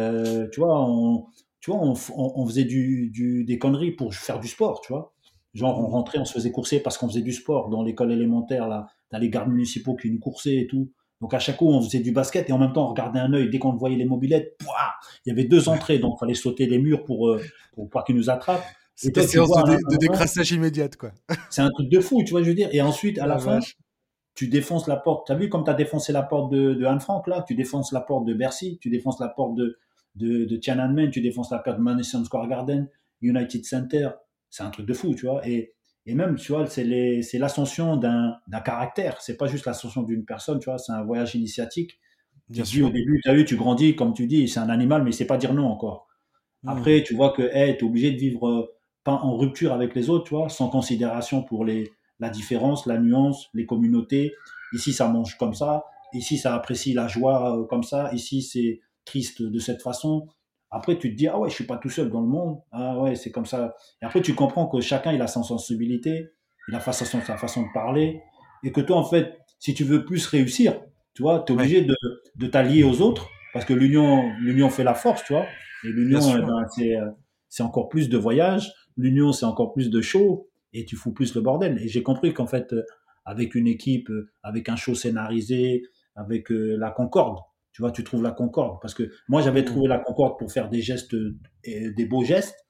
on faisait des conneries pour faire du sport, tu vois. Genre, on Mm. rentrait, on se faisait courser parce qu'on faisait du sport dans l'école élémentaire, là. T'as les gardes municipaux qui nous coursaient et tout. Donc, à chaque coup, on faisait du basket et en même temps, on regardait un œil. Dès qu'on voyait les mobylettes, pouah, il y avait deux entrées. Donc, il fallait sauter les murs pour pas qu'ils nous attrapent. Et C'était toi, tu séance vois de décrassage immédiate quoi. c'est un truc de fou, tu vois, je veux dire. Et ensuite, à la La fin, vache. tu défonces la porte. Tu as vu comme tu as défoncé la porte de Anne Frank, là? Tu défonces la porte de Bercy, tu défonces la porte de Tiananmen, tu défonces la porte de Madison Square Garden, United Center. C'est un truc de fou, tu vois. Et même, tu vois, c'est l'ascension d'un caractère. C'est pas juste l'ascension d'une personne, tu vois. C'est un voyage initiatique. Tu Bien te dis au sûr. début, tu as vu, tu grandis, comme tu dis, c'est un animal, mais il sait pas dire non encore. Mm. Après, tu vois que hey, tu es obligé de vivre pas en rupture avec les autres, tu vois, sans considération pour la différence, la nuance, les communautés. Ici, ça mange comme ça. Ici, ça apprécie la joie comme ça. Ici, c'est triste de cette façon. Après, tu te dis, ah ouais, je suis pas tout seul dans le monde. Ah ouais, c'est comme ça. Et après, tu comprends que chacun, il a sa sensibilité, il a sa façon de parler. Et que toi, en fait, si tu veux plus réussir, tu vois, tu es Ouais, obligé de t'allier aux autres parce que l'union fait la force, tu vois. Et bien l'union, eh sûr. ben, c'est encore plus de voyages. L'union, c'est encore plus de shows. Et tu fous plus le bordel. Et j'ai compris qu'en fait, avec une équipe, avec un show scénarisé, avec la concorde, tu vois, tu trouves la concorde. Parce que moi, j'avais Mm. trouvé la concorde pour faire des gestes, des beaux gestes.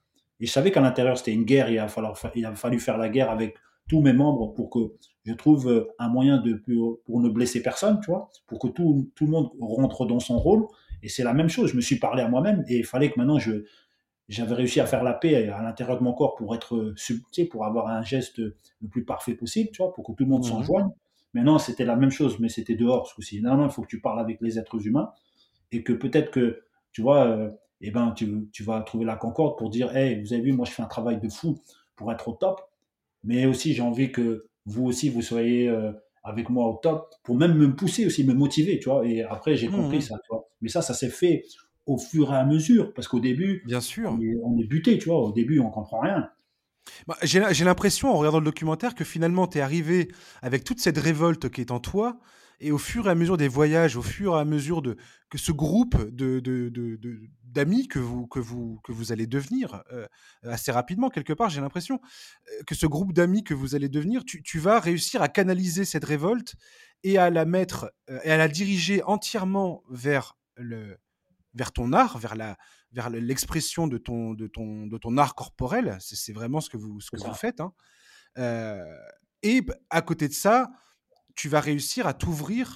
Et je savais qu'à l'intérieur, c'était une guerre. Il a fallu faire la guerre avec tous mes membres pour que je trouve un moyen pour ne blesser personne, tu vois, pour que tout le monde rentre dans son rôle. Et c'est la même chose. Je me suis parlé à moi-même et il fallait que maintenant j'avais réussi à faire la paix à l'intérieur de mon corps pour être, tu sais, pour avoir un geste le plus parfait possible, tu vois, pour que tout le monde s'en Mhm. joigne. Maintenant, c'était la même chose, mais c'était dehors ce coup-ci. Non, non, il faut que tu parles avec les êtres humains et que peut-être que, tu vois, eh ben, tu vas trouver la concorde pour dire, hey, vous avez vu, moi, je fais un travail de fou pour être au top, mais aussi, j'ai envie que vous aussi, vous soyez avec moi au top pour même me pousser aussi, me motiver, tu vois. Et après, j'ai compris Mhm. ça, tu vois. Mais ça s'est fait au fur et à mesure, parce qu'au début, Bien sûr. on est buté, tu vois. Au début, on comprend rien. Bah, j'ai l'impression, en regardant le documentaire, que finalement, tu es arrivé avec toute cette révolte qui est en toi, et au fur et à mesure des voyages, au fur et à mesure que ce groupe d'amis que vous allez devenir assez rapidement, quelque part, j'ai l'impression, que ce groupe d'amis que vous allez devenir, tu vas réussir à canaliser cette révolte et à la mettre, et à la diriger entièrement vers ton art, vers l'expression de ton art corporel. C'est vraiment ce C'est que vous ça. faites. Hein. Euh, et à côté de ça, tu vas réussir à t'ouvrir,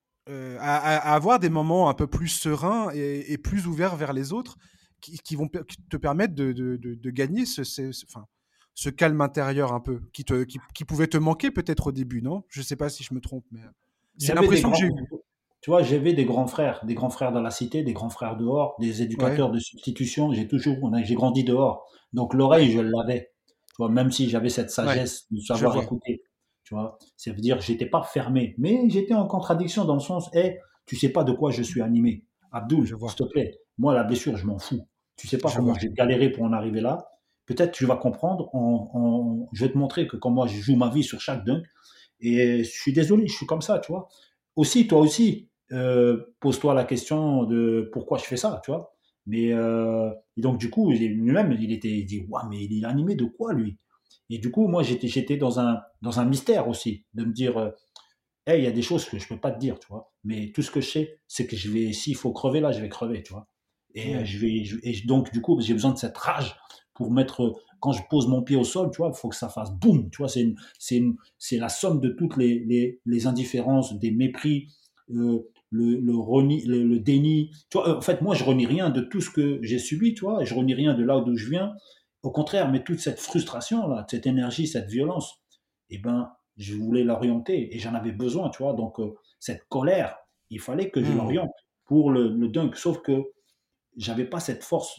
à avoir des moments un peu plus sereins et plus ouverts vers les autres qui vont qui te permettre de gagner enfin, ce calme intérieur un peu qui pouvait te manquer peut-être au début, non? Je ne sais pas si je me trompe, mais c'est J'avais des l'impression que j'ai grands, eue. tu vois, j'avais des grands frères dans la cité, des grands frères dehors, des Ouais, éducateurs de substitution. J'ai grandi dehors. Donc ouais, l'oreille, je l'avais. Tu vois, même si j'avais cette ouais, sagesse de je savoir vois, écouter. Tu vois, ça veut dire que j'étais pas fermé, mais j'étais en contradiction dans le sens, hey, tu sais pas de quoi je suis animé. je Abdoul, vois, s'il te plaît, moi la blessure, je m'en fous. Tu sais pas je comment vois. j'ai galéré pour en arriver là. Peut-être tu vas comprendre. Je vais te montrer que quand moi je joue ma vie sur chaque dunk, et je suis désolé, je suis comme ça, tu vois. Aussi, toi aussi, pose-toi la question de pourquoi je fais ça, tu vois. Mais et donc du coup, lui-même, il dit, waouh, mais il est animé de quoi lui? Et du coup, moi, j'étais dans un mystère aussi, de me dire, hey, il y a des choses que je peux pas te dire, tu vois. Mais tout ce que je sais, c'est que s'il faut crever là, je vais crever, tu vois. Et Hmm. donc du coup, j'ai besoin de cette rage pour mettre, quand je pose mon pied au sol, tu vois, il faut que ça fasse boum, tu vois. C'est la somme de toutes les indifférences, des mépris, le déni. Tu vois, en fait, moi, je renie rien de tout ce que j'ai subi, tu vois, et je renie rien de là d'où je viens. Au contraire, mais toute cette frustration là, cette énergie, cette violence, eh ben, je voulais l'orienter et j'en avais besoin, tu vois. Donc, cette colère, il fallait que je Hmm. l'oriente pour le dunk. Sauf que j'avais pas cette force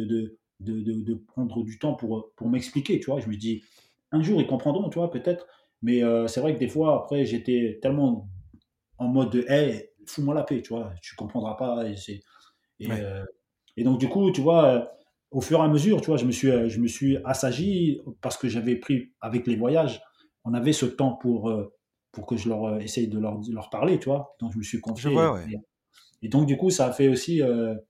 de prendre du temps pour m'expliquer, tu vois. Je me dis, un jour, ils comprendront, tu vois, peut-être. Mais c'est vrai que des fois, après, j'étais tellement en mode de, hey, fous-moi la paix, tu vois, tu comprendras pas. Et, Ouais. euh, et donc, du coup, tu vois, au fur et à mesure, tu vois, je me suis assagi parce que j'avais pris avec les voyages, on avait ce temps pour que je essaye de leur parler, tu vois. Donc, je me suis Je vois, confié. ouais. Et donc, du coup, ça a fait aussi.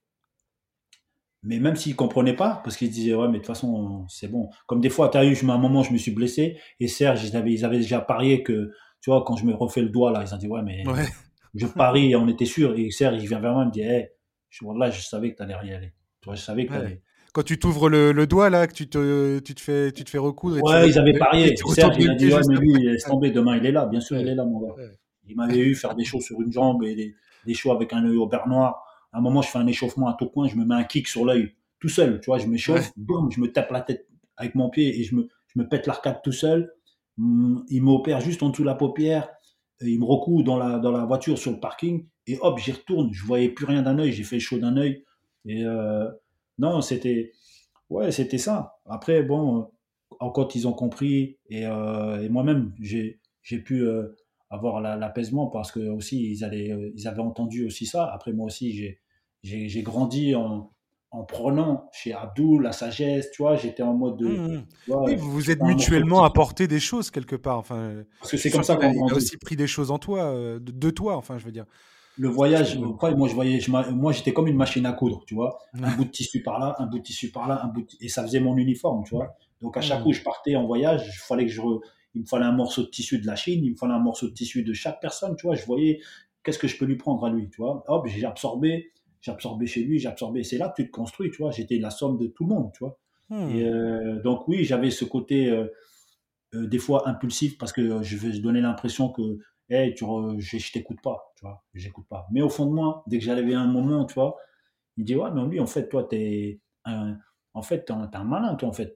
Mais même s'ils comprenaient pas, parce qu'ils se disaient, ouais, mais de toute façon, c'est bon. Comme des fois, tu as eu, à un moment, je me suis blessé, et Serge, ils avaient déjà parié que, tu vois, quand je me refais le doigt, là, ils ont dit, ouais, mais Ouais. je parie, et on était sûr, et Serge, il vient vers moi, il me dit, hey, là, je savais que tu allais y aller. Tu vois, je savais que tu Ouais. allais. Quand tu t'ouvres le doigt là, que tu te fais recoudre Ouais, ils avaient et parié. tu Et retournes Serge, il a dunker dit, ouais, juste mais lui, après. laisse tomber, demain, il est là. Bien sûr, il Ouais, est là, mon gars. ouais, Il m'avait eu faire des choses sur une jambe et des shows avec un œil au beurre noir. À un moment, je fais un échauffement à tout point, je me mets un kick sur l'œil tout seul. Tu vois, je ouais, m'échauffe, boum, je me tape la tête avec mon pied et je me pète l'arcade tout seul. Il m'opère juste en dessous de la paupière. Il me recoue dans la voiture sur le parking et hop, j'y retourne. Je voyais plus rien d'un œil, j'ai fait chaud d'un œil. Et non, c'était ça. Après, bon, quand ils ont compris et moi-même, j'ai pu avoir l'apaisement parce que aussi ils avaient entendu aussi ça. Après, moi aussi, j'ai grandi en prenant chez Abdul la sagesse, tu vois. J'étais en mode de, mmh mh. tu vois, Oui, vous vous je êtes prends un morceau de mutuellement tissu. apporté des choses quelque part, enfin, Parce que je c'est suis comme sûr ça qu'on il a grandit. aussi pris des choses en toi, de toi, enfin, je veux dire. Le C'est voyage, beau. après, moi, je voyais, moi, j'étais comme une machine à coudre, tu vois. Un Ouais. bout de tissu par là, un bout de tissu par là, et ça faisait mon uniforme, tu vois. Donc, à chaque coup, Mmh. je partais en voyage, il me fallait un morceau de tissu de la Chine, il me fallait un morceau de tissu de chaque personne, tu vois. Je voyais, qu'est-ce que je peux lui prendre à lui, tu vois. Hop, j'ai absorbé chez lui, j'ai absorbé. C'est là que tu te construis, tu vois. J'étais la somme de tout le monde, tu vois. Et Mmh. donc oui, j'avais ce côté des fois impulsif parce que je donnais l'impression que hey, je t'écoute pas, tu vois, j'écoute pas. Mais au fond de moi, dès que j'avais un moment, tu vois, il dit ouais, mais lui, en fait, toi, en fait, t'es un malin, toi, en fait.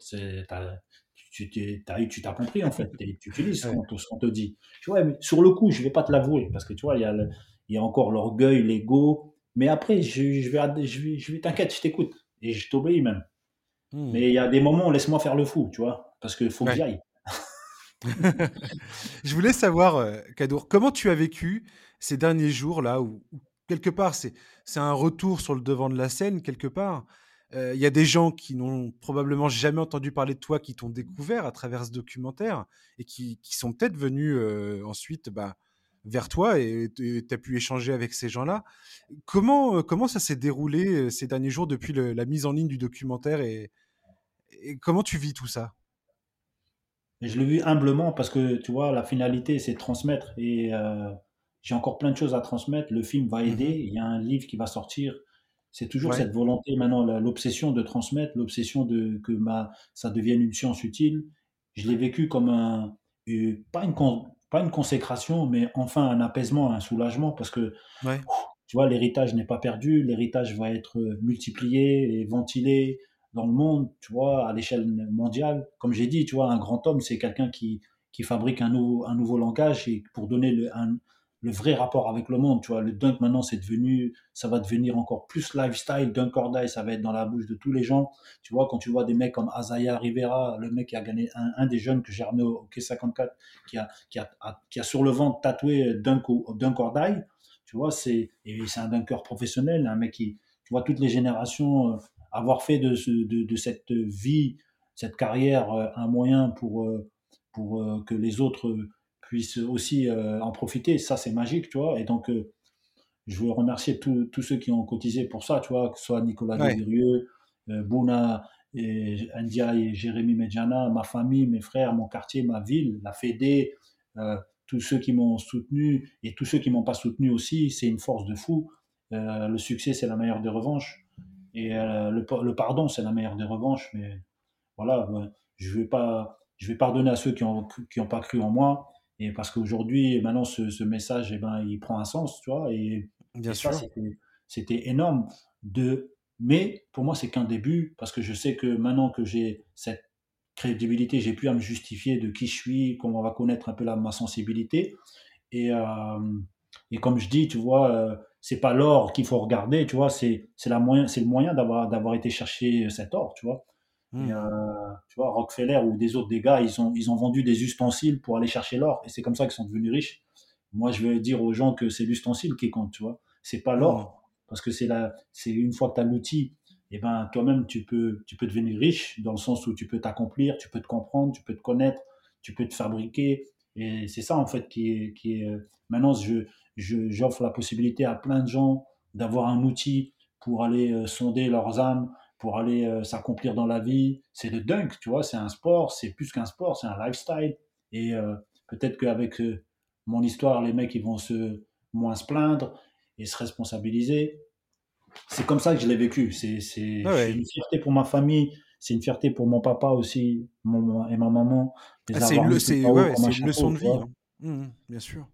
Tu t'as compris, en fait. Tu utilises Ouais. ce qu'on te dit. Tu vois, mais sur le coup, je vais pas te l'avouer parce que tu vois, il y a encore l'orgueil, l'ego. Mais après, je vais t'inquiète, je t'écoute et je t'obéis même. Mmh. Mais il y a des moments, laisse-moi faire le fou, tu vois, parce qu'il faut que Ouais. j'y aille. Je voulais savoir, Kadour, comment tu as vécu ces derniers jours-là où quelque part c'est un retour sur le devant de la scène quelque part. Il y a des gens qui n'ont probablement jamais entendu parler de toi, qui t'ont découvert à travers ce documentaire et qui sont peut-être venus, ensuite, bah, vers toi et tu as pu échanger avec ces gens-là. Comment ça s'est déroulé, ces derniers jours depuis le la mise en ligne du documentaire et comment tu vis tout ça? Et je l'ai vu humblement parce que, tu vois, la finalité, c'est de transmettre et j'ai encore plein de choses à transmettre. Le film va Mmh. aider, il y a un livre qui va sortir. C'est toujours Ouais, cette volonté maintenant, l'obsession de transmettre, l'obsession de que ça devienne une science utile. Je l'ai vécu comme pas une consécration, mais enfin un apaisement, un soulagement parce que ouais. tu vois, l'héritage n'est pas perdu, l'héritage va être multiplié et ventilé dans le monde, tu vois, à l'échelle mondiale. Comme j'ai dit, tu vois, un grand homme, c'est quelqu'un qui fabrique un nouveau langage et pour donner le vrai rapport avec le monde, tu vois. Le dunk maintenant, ça va devenir encore plus lifestyle. Dunk or die, ça va être dans la bouche de tous les gens. Tu vois, quand tu vois des mecs comme Azaya Rivera, le mec qui a gagné un des jeunes que j'ai ramené au K54, qui a sur le ventre tatoué Dunk or die, tu vois, c'est un dunker professionnel, un mec qui, tu vois, toutes les générations, avoir fait de cette vie, cette carrière, un moyen pour que les autres puissent aussi en profiter, ça c'est magique, tu vois. Et donc, je veux remercier tous ceux qui ont cotisé pour ça, tu vois, que ce soit Nicolas Ouais. Devirieux, Bouna, et India et Jérémy Medjana, ma famille, mes frères, mon quartier, ma ville, la Fédé, euh, tous ceux qui m'ont soutenu et tous ceux qui m'ont pas soutenu aussi, c'est une force de fou. Le succès, c'est la meilleure des revanches. Et le pardon, c'est la meilleure des revanches. Mais voilà, ouais, je vais pardonner à ceux qui ont pas cru en moi. Et parce qu'aujourd'hui, maintenant, ce message, eh ben, il prend un sens, tu vois. Bien Et ça, sûr. c'était énorme. Mais pour moi, c'est qu'un début, parce que je sais que maintenant que j'ai cette crédibilité, j'ai pu à me justifier de qui je suis, qu'on va connaître un peu ma sensibilité. Et, et comme je dis, tu vois, c'est pas l'or qu'il faut regarder, tu vois, c'est le moyen d'avoir été chercher cet or, tu vois. Et Mmh. tu vois, Rockefeller ou des gars, ils ont vendu des ustensiles pour aller chercher l'or, et c'est comme ça qu'ils sont devenus riches. Moi, je veux dire aux gens que c'est l'ustensile qui compte, tu vois. C'est pas Mmh. l'or, parce que c'est une fois que tu as l'outil, et ben toi-même tu peux devenir riche dans le sens où tu peux t'accomplir, tu peux te comprendre, tu peux te connaître, tu peux te fabriquer, et c'est ça en fait maintenant j'offre la possibilité à plein de gens d'avoir un outil pour aller sonder leurs âmes, pour aller s'accomplir dans la vie. C'est le dunk, tu vois, c'est un sport, c'est plus qu'un sport, c'est un lifestyle. Et peut-être qu'avec mon histoire, les mecs ils vont moins se plaindre et se responsabiliser. C'est comme ça que je l'ai vécu. Ouais, C'est ouais. une fierté pour ma famille, c'est une fierté pour mon papa aussi, et ma maman, de Ah, les avoir mis tout en ouais, haut ouais, comme un c'est une leçon chapeau, de tu vie, vois. hein. Mmh. Bien sûr.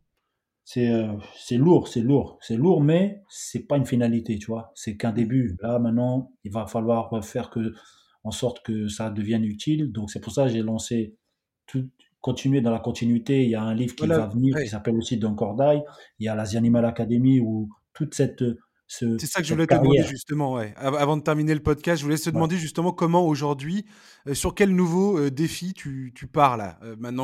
C'est lourd, c'est lourd, c'est lourd, mais c'est pas une finalité, tu vois. C'est qu'un Mmh. début. Là, maintenant, il va falloir faire en sorte que ça devienne utile. Donc, c'est pour ça que j'ai lancé tout, continuer dans la continuité. Il y a un livre qui Voilà, va venir qui ouais. s'appelle aussi Don Cordaille. Il y a l'Asia Animal Academy où toute C'est ça que je cette voulais te demander carrière. justement, ouais. Avant de terminer le podcast, je voulais te Ouais. demander justement comment aujourd'hui, sur quel nouveau, défi tu pars là?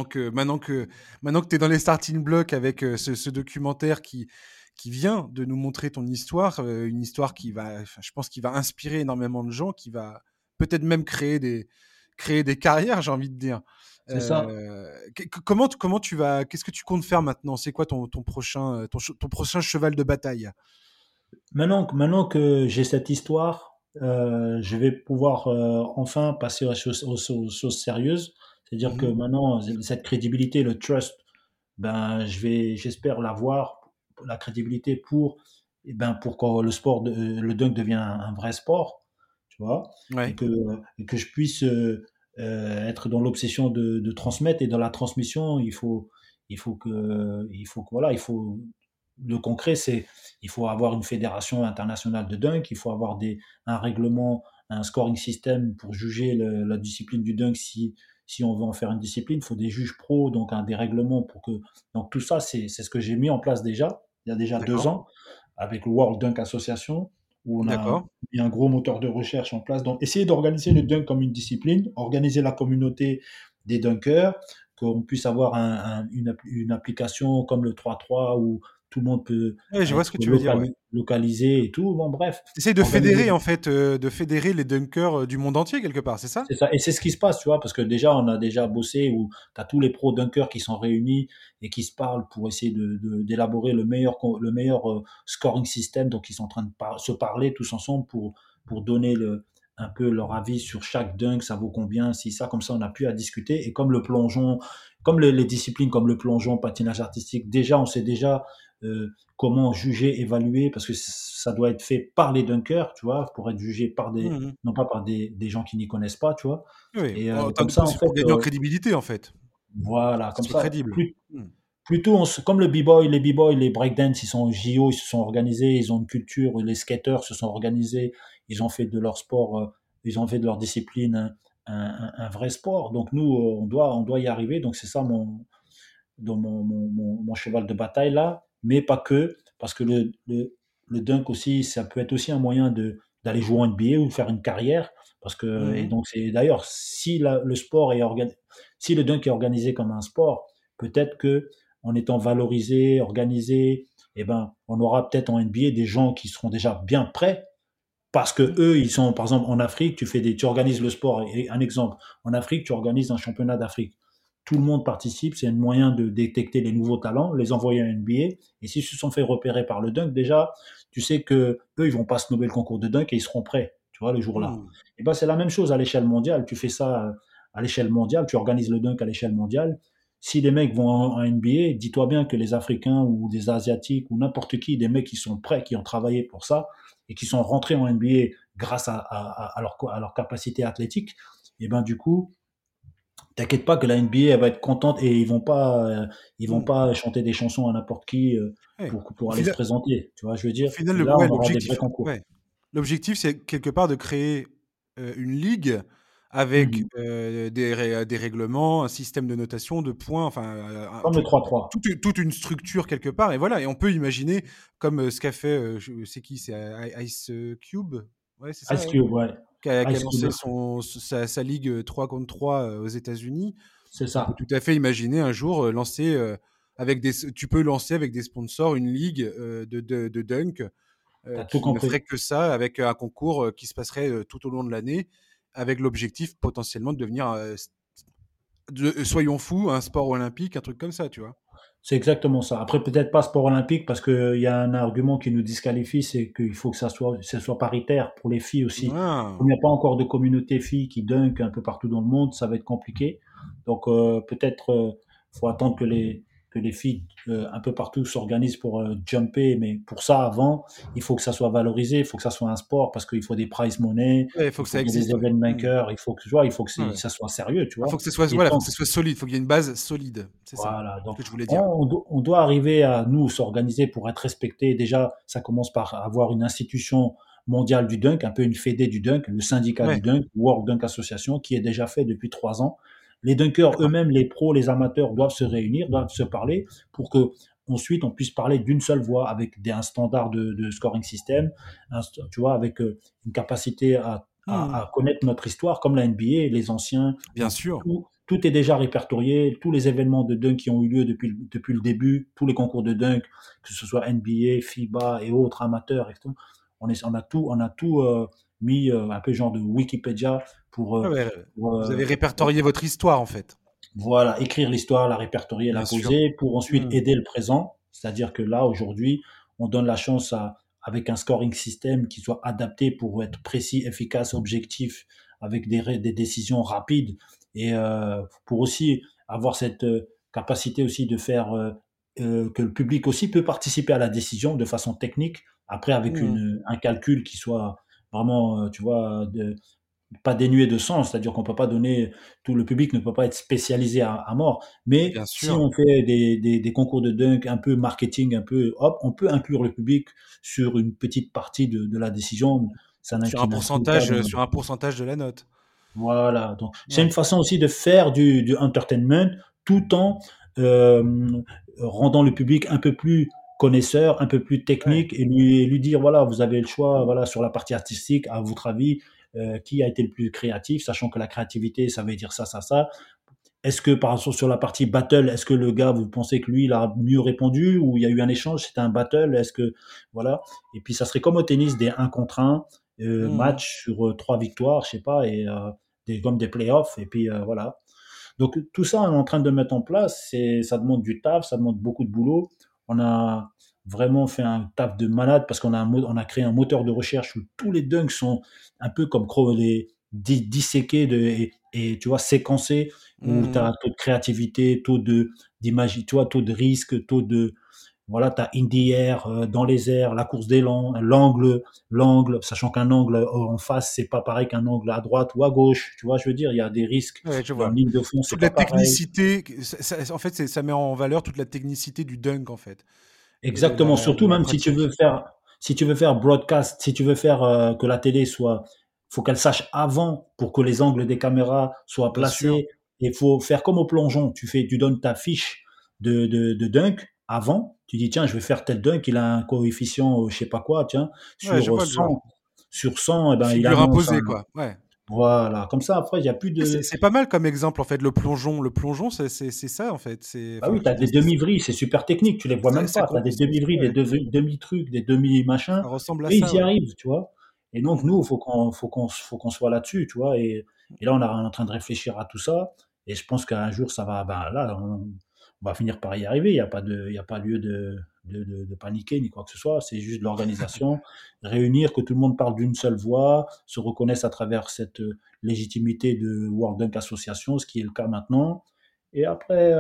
Maintenant que tu es dans les starting blocks avec, ce documentaire qui vient de nous montrer ton histoire, une histoire qui va enfin, je pense qui va inspirer énormément de gens, qui va peut-être même créer des carrières, j'ai envie de dire. C'est ça. Comment tu vas qu'est-ce que tu comptes faire maintenant? C'est quoi ton prochain, ton prochain cheval de bataille? Maintenant que j'ai cette histoire, je vais pouvoir enfin passer aux choses sérieuses. C'est-à-dire que Mmh. maintenant, cette crédibilité, le trust, ben, j'espère l'avoir, la crédibilité pour, eh ben, pour que le dunk devienne un vrai sport. tu vois, et Ouais. que, et que je puisse être dans l'obsession de transmettre. Et dans la transmission, voilà, il faut, le concret, c'est, il faut avoir une fédération internationale de dunk, il faut avoir un règlement, un scoring system pour juger la discipline du dunk si on veut en faire une discipline, il faut des juges pros, donc des règlements pour que. Donc tout ça, c'est ce que j'ai mis en place déjà, il y a déjà deux D'accord. ans, avec le World Dunk Association, où on a D'accord. mis un gros moteur de recherche en place. Donc essayer d'organiser le dunk comme une discipline, organiser la communauté des dunkers, qu'on puisse avoir une application comme le 3-3 où tout le monde peut Ouais, je vois ce être que tu veux dire, ouais. localisé et tout. Bon, bref, Tu de organiser. fédérer, en fait, de fédérer les dunkers, du monde entier quelque part, c'est ça? C'est ça. Et c'est ce qui se passe, tu vois, parce que déjà, on a déjà bossé où tu as tous les pros dunkers qui sont réunis et qui se parlent pour essayer d'élaborer le meilleur scoring system. Donc, ils sont en train de se parler tous ensemble pour donner un peu leur avis sur chaque dunk, ça vaut combien, si ça, comme ça, on a pu à discuter. Et comme le plongeon, comme les disciplines comme le plongeon, patinage artistique, déjà, on sait déjà comment juger, évaluer, parce que ça doit être fait par les dunkers, tu vois, pour être jugé par Mmh. non pas par des gens qui n'y connaissent pas, tu vois. Oui, Et autant comme de ça, en c'est fait, pour gagner en crédibilité, en fait, voilà, que ce comme soit ça, crédible. Mmh. plutôt, comme le b-boy, les breakdance, ils sont au JO, ils se sont organisés, ils ont une culture, les skaters se sont organisés, ils ont fait de leur sport, ils ont fait de leur discipline un vrai sport. Donc nous, on doit y arriver. Donc c'est ça mon cheval de bataille là, mais pas que, parce que le dunk aussi, ça peut être aussi un moyen d'aller jouer en NBA ou de faire une carrière, parce que, et Mmh. donc c'est d'ailleurs, si le sport si le dunk est organisé comme un sport, peut-être que en étant valorisé, organisé, eh ben, on aura peut-être en NBA des gens qui seront déjà bien prêts parce que Mmh. eux, ils sont, par exemple, en Afrique, tu organises le sport. Et un exemple, en Afrique, tu organises un championnat d'Afrique. Tout le monde participe, c'est un moyen de détecter les nouveaux talents, les envoyer à NBA. Et s'ils se sont fait repérer par le dunk, déjà, tu sais que eux, ils vont pas se nommer le concours de dunk et ils seront prêts, tu vois, le jour-là. Mmh. Et ben, c'est la même chose à l'échelle mondiale. Tu fais ça à l'échelle mondiale, tu organises le dunk à l'échelle mondiale. Si les mecs vont en NBA, dis-toi bien que les Africains ou des Asiatiques ou n'importe qui, des mecs qui sont prêts, qui ont travaillé pour ça, et qui sont rentrés en NBA grâce à leur capacité athlétique, et ben du coup, t'inquiète pas que la NBA elle va être contente et ils vont Mmh. pas chanter des chansons à n'importe qui Ouais. Au pour aller se final présenter. Tu vois, je veux au dire. final, Et là, on aura des vrais l'objectif concours. ouais. L'objectif, c'est quelque part de créer, une ligue avec, Mhm. des règlements, un système de notation, de points, enfin, un Comme le 3-3. toute une structure quelque part et voilà et on peut imaginer comme, ce qu'a fait, je c'est qui? C'est Ice Cube? Ouais, c'est ça, Ice ouais? Cube, ouais. Qui a Ice Cube, lancé sa ligue, 3 contre 3, aux États-Unis. c'est On peut ça. tout à fait imaginer un jour, lancer, avec des tu peux lancer avec des sponsors une ligue, de dunk, T'as tout qui ne compris. ferait que ça avec, un concours, qui se passerait, tout au long de l'année, avec l'objectif potentiellement de devenir, soyons fous, un sport olympique, un truc comme ça, tu vois? C'est exactement ça. Après, peut-être pas sport olympique parce qu'il y a un argument qui nous disqualifie, c'est qu'il faut que ça soit paritaire pour les filles aussi. Ah! Comme il n'y a pas encore de communauté filles qui dunk un peu partout dans le monde, ça va être compliqué. Donc peut-être faut attendre que les filles un peu partout s'organisent pour jumper, mais pour ça avant, il faut que ça soit valorisé, il faut que ça soit un sport parce qu'il faut des prize money, Ouais, il faut il que faut ça qu'il y ait des existe, ouais. event Mmh. makers, il faut que tu vois, il faut que Ouais, ouais. ça soit sérieux, tu Ah, faut vois. que ce soit Et voilà, faut que tant ce soit solide, faut qu'il y ait une base solide. C'est ça, voilà, ce donc que je voulais dire. on doit arriver à nous s'organiser pour être respecté. Déjà, ça commence par avoir une institution mondiale du dunk, un peu une fédé du dunk, le syndicat Ouais, du dunk, World Dunk Association, qui est déjà fait depuis 3 ans. Les dunkers d'accord. eux-mêmes, les pros, les amateurs doivent se réunir, doivent se parler pour que ensuite on puisse parler d'une seule voix avec un standard de scoring system, tu vois, avec une capacité Mmh. à connaître notre histoire comme la NBA, les anciens. Bien Donc sûr. tout est déjà répertorié, tous les événements de dunk qui ont eu lieu depuis le début, tous les concours de dunk, que ce soit NBA, FIBA et autres amateurs, etc. On a tout mis un peu genre de Wikipédia pour, Ouais, euh, ouais, pour, vous euh, avez répertorié votre histoire, en fait. voilà, écrire l'histoire, la répertorier, la Bien sûr. poser, pour ensuite Mmh. aider le présent. C'est-à-dire que là, aujourd'hui, on donne la chance avec un scoring system qui soit adapté pour être précis, efficace, objectif, avec des décisions rapides, et pour aussi avoir cette capacité aussi de faire que le public aussi peut participer à la décision de façon technique, après avec Mmh. un calcul qui soit vraiment, tu vois, pas dénué de sens, c'est-à-dire qu'on peut pas donner, tout le public ne peut pas être spécialisé à mort. Mais Bien si sûr. on fait des concours de dunk un peu marketing, un peu, hop, on peut inclure le public sur une petite partie de la décision, Sur qui n'inclut pas dans, un pourcentage de la note. voilà. Donc, c'est une Ouais, façon aussi de faire du entertainment tout en euh, rendant le public un peu plus connaisseur, un peu plus ouais. technique et lui dire, voilà, vous avez le choix, voilà, sur la partie artistique, à votre avis, qui a été le plus créatif, sachant que la créativité, ça veut dire ça, ça, ça. Est-ce que, par exemple, sur la partie battle, est-ce que le gars, vous pensez que lui, il a mieux répondu ou il y a eu un échange, c'était un battle, est-ce que, voilà. Et puis, ça serait comme au tennis, des 1 contre 1, Mhm. match sur 3 victoires, je sais pas, et comme des playoffs, et puis voilà. Donc, tout ça, on est en train de mettre en place, ça demande du taf, ça demande beaucoup de boulot. On a vraiment fait un taf de malade parce on a créé un moteur de recherche où tous les dunks sont un peu comme disséqués et tu vois, séquencés, où tu Mhm. as taux de créativité, d'imagi, tu vois, taux de risque, voilà, tu as in the air, dans les airs, la course d'élan, l'angle, sachant qu'un angle en face, c'est pas pareil qu'un angle à droite ou à gauche. Tu vois, je veux dire, il y a des risques. Ouais, je En vois. ligne de fond, c'est Toute pas la pareil. technicité, en fait, ça met en valeur toute la technicité du dunk, en fait, et Exactement. de Surtout la même pratique. si tu veux faire broadcast, si tu veux faire que la télé soit, faut qu'elle sache avant pour que les angles des caméras soient Bien sûr. placés. Il faut faire comme au plongeon. Tu donnes ta fiche de dunk avant. Tu dis, tiens, je vais faire tel dunk. Il a un coefficient, je sais pas quoi, tiens, Ouais, je sur vois le genre. 100. Sur 100, eh ben, il Figure annonce imposée, quoi. Ouais. voilà. Comme ça, après, il n'y a plus de, C'est pas mal comme exemple, en fait, le plongeon. Le plongeon, c'est ça, en fait. bah Enfin, oui, tu as des demi-vrilles, c'est super technique, tu les vois même ça, pas. Tu as des demi-vrilles, des ouais, demi-trucs, des demi-machins, ça ressemble à et ils ça, y ouais. arrivent, tu vois. Et donc, Mhm. nous, faut qu'on soit là-dessus, tu vois. Et là, on est en train de réfléchir à tout ça. Et je pense qu'un jour, ça va, ben là, on va finir par y arriver. Il y a pas lieu de paniquer ni quoi que ce soit. C'est juste de l'organisation, réunir, que tout le monde parle d'une seule voix, se reconnaisse à travers cette légitimité de World Dunk Association, ce qui est le cas maintenant. Et après,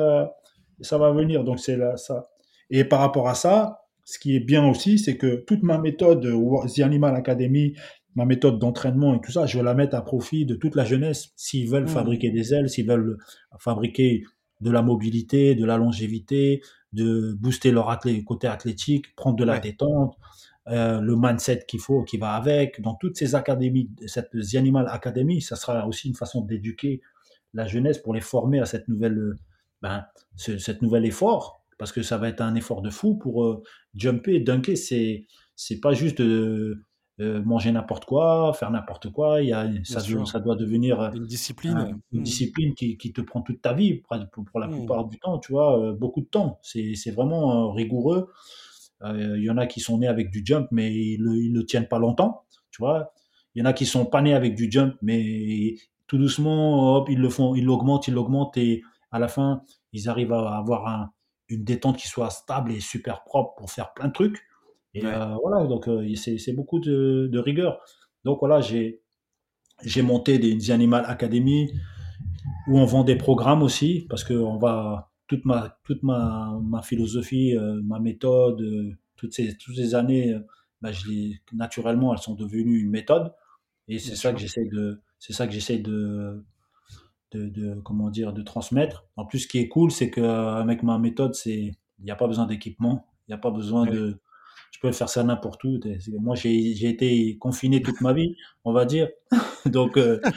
ça va venir. Donc c'est là ça. Et par rapport à ça, ce qui est bien aussi, c'est que toute ma méthode The Animal Academy, ma méthode d'entraînement et tout ça, je vais la mettre à profit de toute la jeunesse. S'ils veulent Mhm. fabriquer des ailes, s'ils veulent fabriquer de la mobilité, de la longévité, de booster leur côté athlétique, prendre de la Ouais, détente, le mindset qu'il faut, qui va avec. Dans toutes ces académies, cette The Animal Academy, ça sera aussi une façon d'éduquer la jeunesse pour les former à ben, cette nouvelle effort, parce que ça va être un effort de fou pour jumper, dunker. C'est pas juste manger n'importe quoi, faire n'importe quoi. bien sûr. Ça doit devenir Une discipline. une Mhm. discipline qui te prend toute ta vie, pour la Mhm. plupart du temps, tu vois, beaucoup de temps. C'est vraiment rigoureux. Il y en a qui sont nés avec du jump, mais ils le tiennent pas longtemps, tu vois. Il y en a qui sont pas nés avec du jump, mais tout doucement, hop, ils l'augmentent, et à la fin, ils arrivent à avoir une détente qui soit stable et super propre pour faire plein de trucs. Et Ouais. voilà, donc c'est beaucoup de rigueur. Donc voilà, j'ai monté des Animal Academy où on vend des programmes aussi, parce que ma philosophie, ma méthode, toutes ces années, bah, naturellement, elles sont devenues une méthode, et Bien sûr. c'est ça que j'essaie comment dire, de transmettre. En plus, ce qui est cool, c'est qu'avec ma méthode, il n'y a pas besoin d'équipement, il n'y a pas besoin Ouais. je peux faire ça n'importe où. Moi, j'ai été confiné toute ma vie, on va dire. Donc,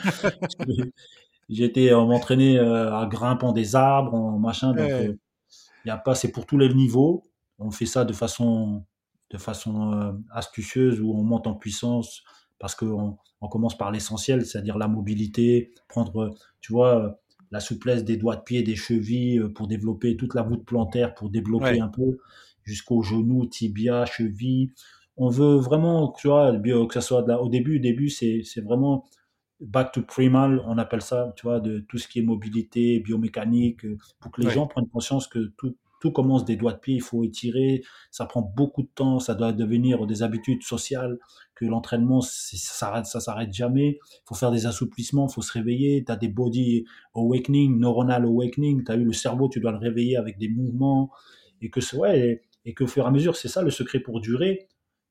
j'étais m'entraîner à grimpant des arbres, en machin. Donc, Ouais. il y a pas, c'est pour tous les niveaux. On fait ça de façon astucieuse, où on monte en puissance parce qu'on on commence par l'essentiel, c'est-à-dire la mobilité, prendre, tu vois, la souplesse des doigts de pied, des chevilles, pour développer toute la voûte plantaire, pour débloquer Ouais. un peu jusqu'aux genoux, tibia, cheville. On veut vraiment, tu vois, que ça soit au début, c'est vraiment back to primal, on appelle ça, tu vois, de tout ce qui est mobilité, biomécanique, pour que les Ouais. gens prennent conscience que tout commence des doigts de pied, il faut étirer, ça prend beaucoup de temps, ça doit devenir des habitudes sociales, que l'entraînement, ça s'arrête jamais, il faut faire des assouplissements, il faut se réveiller, tu as des body awakening, neuronal awakening, tu as eu le cerveau, tu dois le réveiller avec des mouvements, et que ouais, et que au fur et à mesure, c'est ça le secret pour durer,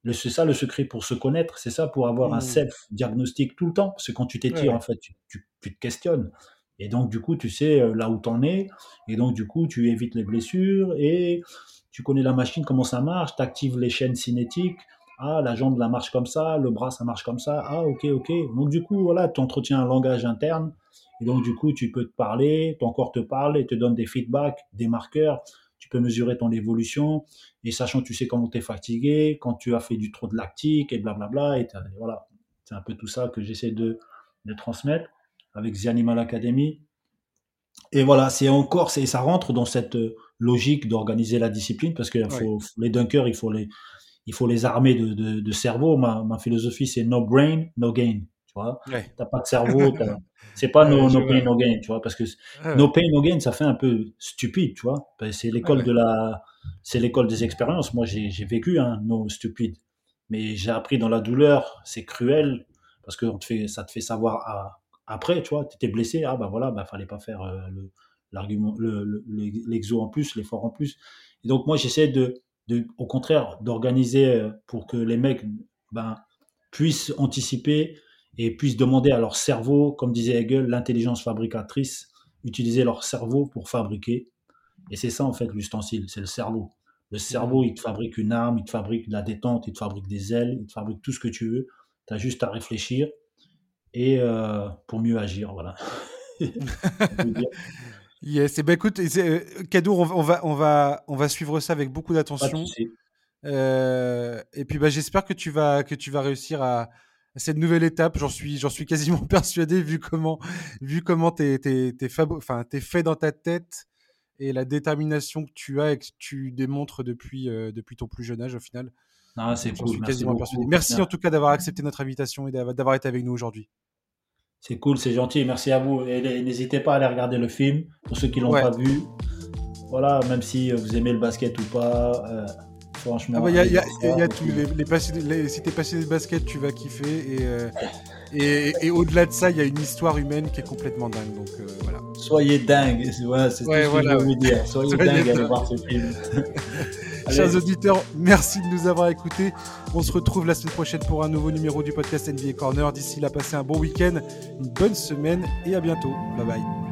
C'est ça le secret pour se connaître, c'est ça pour avoir un Mmh. self-diagnostic tout le temps. Parce que quand tu Ouais, t'étires, en ouais. fait, tu te questionnes. Et donc, du coup, tu sais là où t'en es. Et donc, du coup, tu évites les blessures et tu connais la machine, comment ça marche. Tu actives les chaînes cinétiques. Ah, la jambe, la marche comme ça. Le bras, ça marche comme ça. Ah, ok, ok. Donc, du coup, voilà, tu entretiens un langage interne. Et donc, du coup, tu peux te parler, ton corps te parle et te donne des feedbacks, des marqueurs. Tu peux mesurer ton évolution et sachant, tu sais comment tu es fatigué, quand tu as fait du trop de lactique et blablabla. Et voilà, c'est un peu tout ça que j'essaie de transmettre avec The Animal Academy. Et voilà, ça rentre dans cette logique d'organiser la discipline parce que Ouais. les dunkers, il faut les armer de cerveau. Ma philosophie, c'est no brain, no gain. Tu vois, Ouais. t'as pas de cerveau, c'est pas Ouais, je no vois, pain, ouais. no gain. Tu vois, parce que Ouais, no ouais. pain, no gain, ça fait un peu stupide. Tu vois, Ouais, ouais. c'est l'école des expériences. Moi, j'ai vécu un no stupide, mais j'ai appris dans la douleur. C'est cruel parce que ça te fait savoir après. Tu vois, t'étais blessé. Ah bah voilà, bah fallait pas faire l'argument, l'exo en plus, l'effort en plus. Et donc moi, j'essaie au contraire, d'organiser pour que les mecs ben, puissent anticiper et puissent demander à leur cerveau, comme disait Hegel, l'intelligence fabricatrice, utiliser leur cerveau pour fabriquer. Et c'est ça, en fait, l'ustensile, c'est le cerveau. Le cerveau, Mmh. il te fabrique une arme, il te fabrique de la détente, il te fabrique des ailes, il te fabrique tout ce que tu veux. Tu as juste à réfléchir et pour mieux agir, voilà. On peut dire, Yes, et ben écoute, Kadour, on va suivre ça avec beaucoup pas de d'attention. souci. Et puis bah, j'espère que tu vas réussir à cette nouvelle étape. J'en suis quasiment persuadé vu comment enfin, t'es fait dans ta tête et la détermination que tu as et que tu démontres depuis ton plus jeune âge au final. Ah, c'est J'en cool, suis merci quasiment persuadé. beaucoup. Merci en tout cas d'avoir accepté notre invitation et d'avoir été avec nous aujourd'hui. C'est cool, c'est gentil, merci à vous. Et n'hésitez pas à aller regarder le film, pour ceux qui l'ont Ouais. pas vu. Voilà, même si vous aimez le basket ou pas, Ah bah franchement, allez voir ça. y a Le tout. film. Si t'es passionné de basket, tu vas kiffer. Et au-delà de ça, il y a une histoire humaine qui est complètement dingue. Donc voilà. Soyez dingue, voilà, c'est tout Ouais, ce que je voilà, veux ouais. vous dire. Soyez Soyez dingue, allez dingue. voir ce film. Chers Allez, auditeurs, merci de nous avoir écoutés. On se retrouve la semaine prochaine pour un nouveau numéro du podcast NBA Corner. D'ici là, passez un bon week-end, une bonne semaine et à bientôt. Bye bye.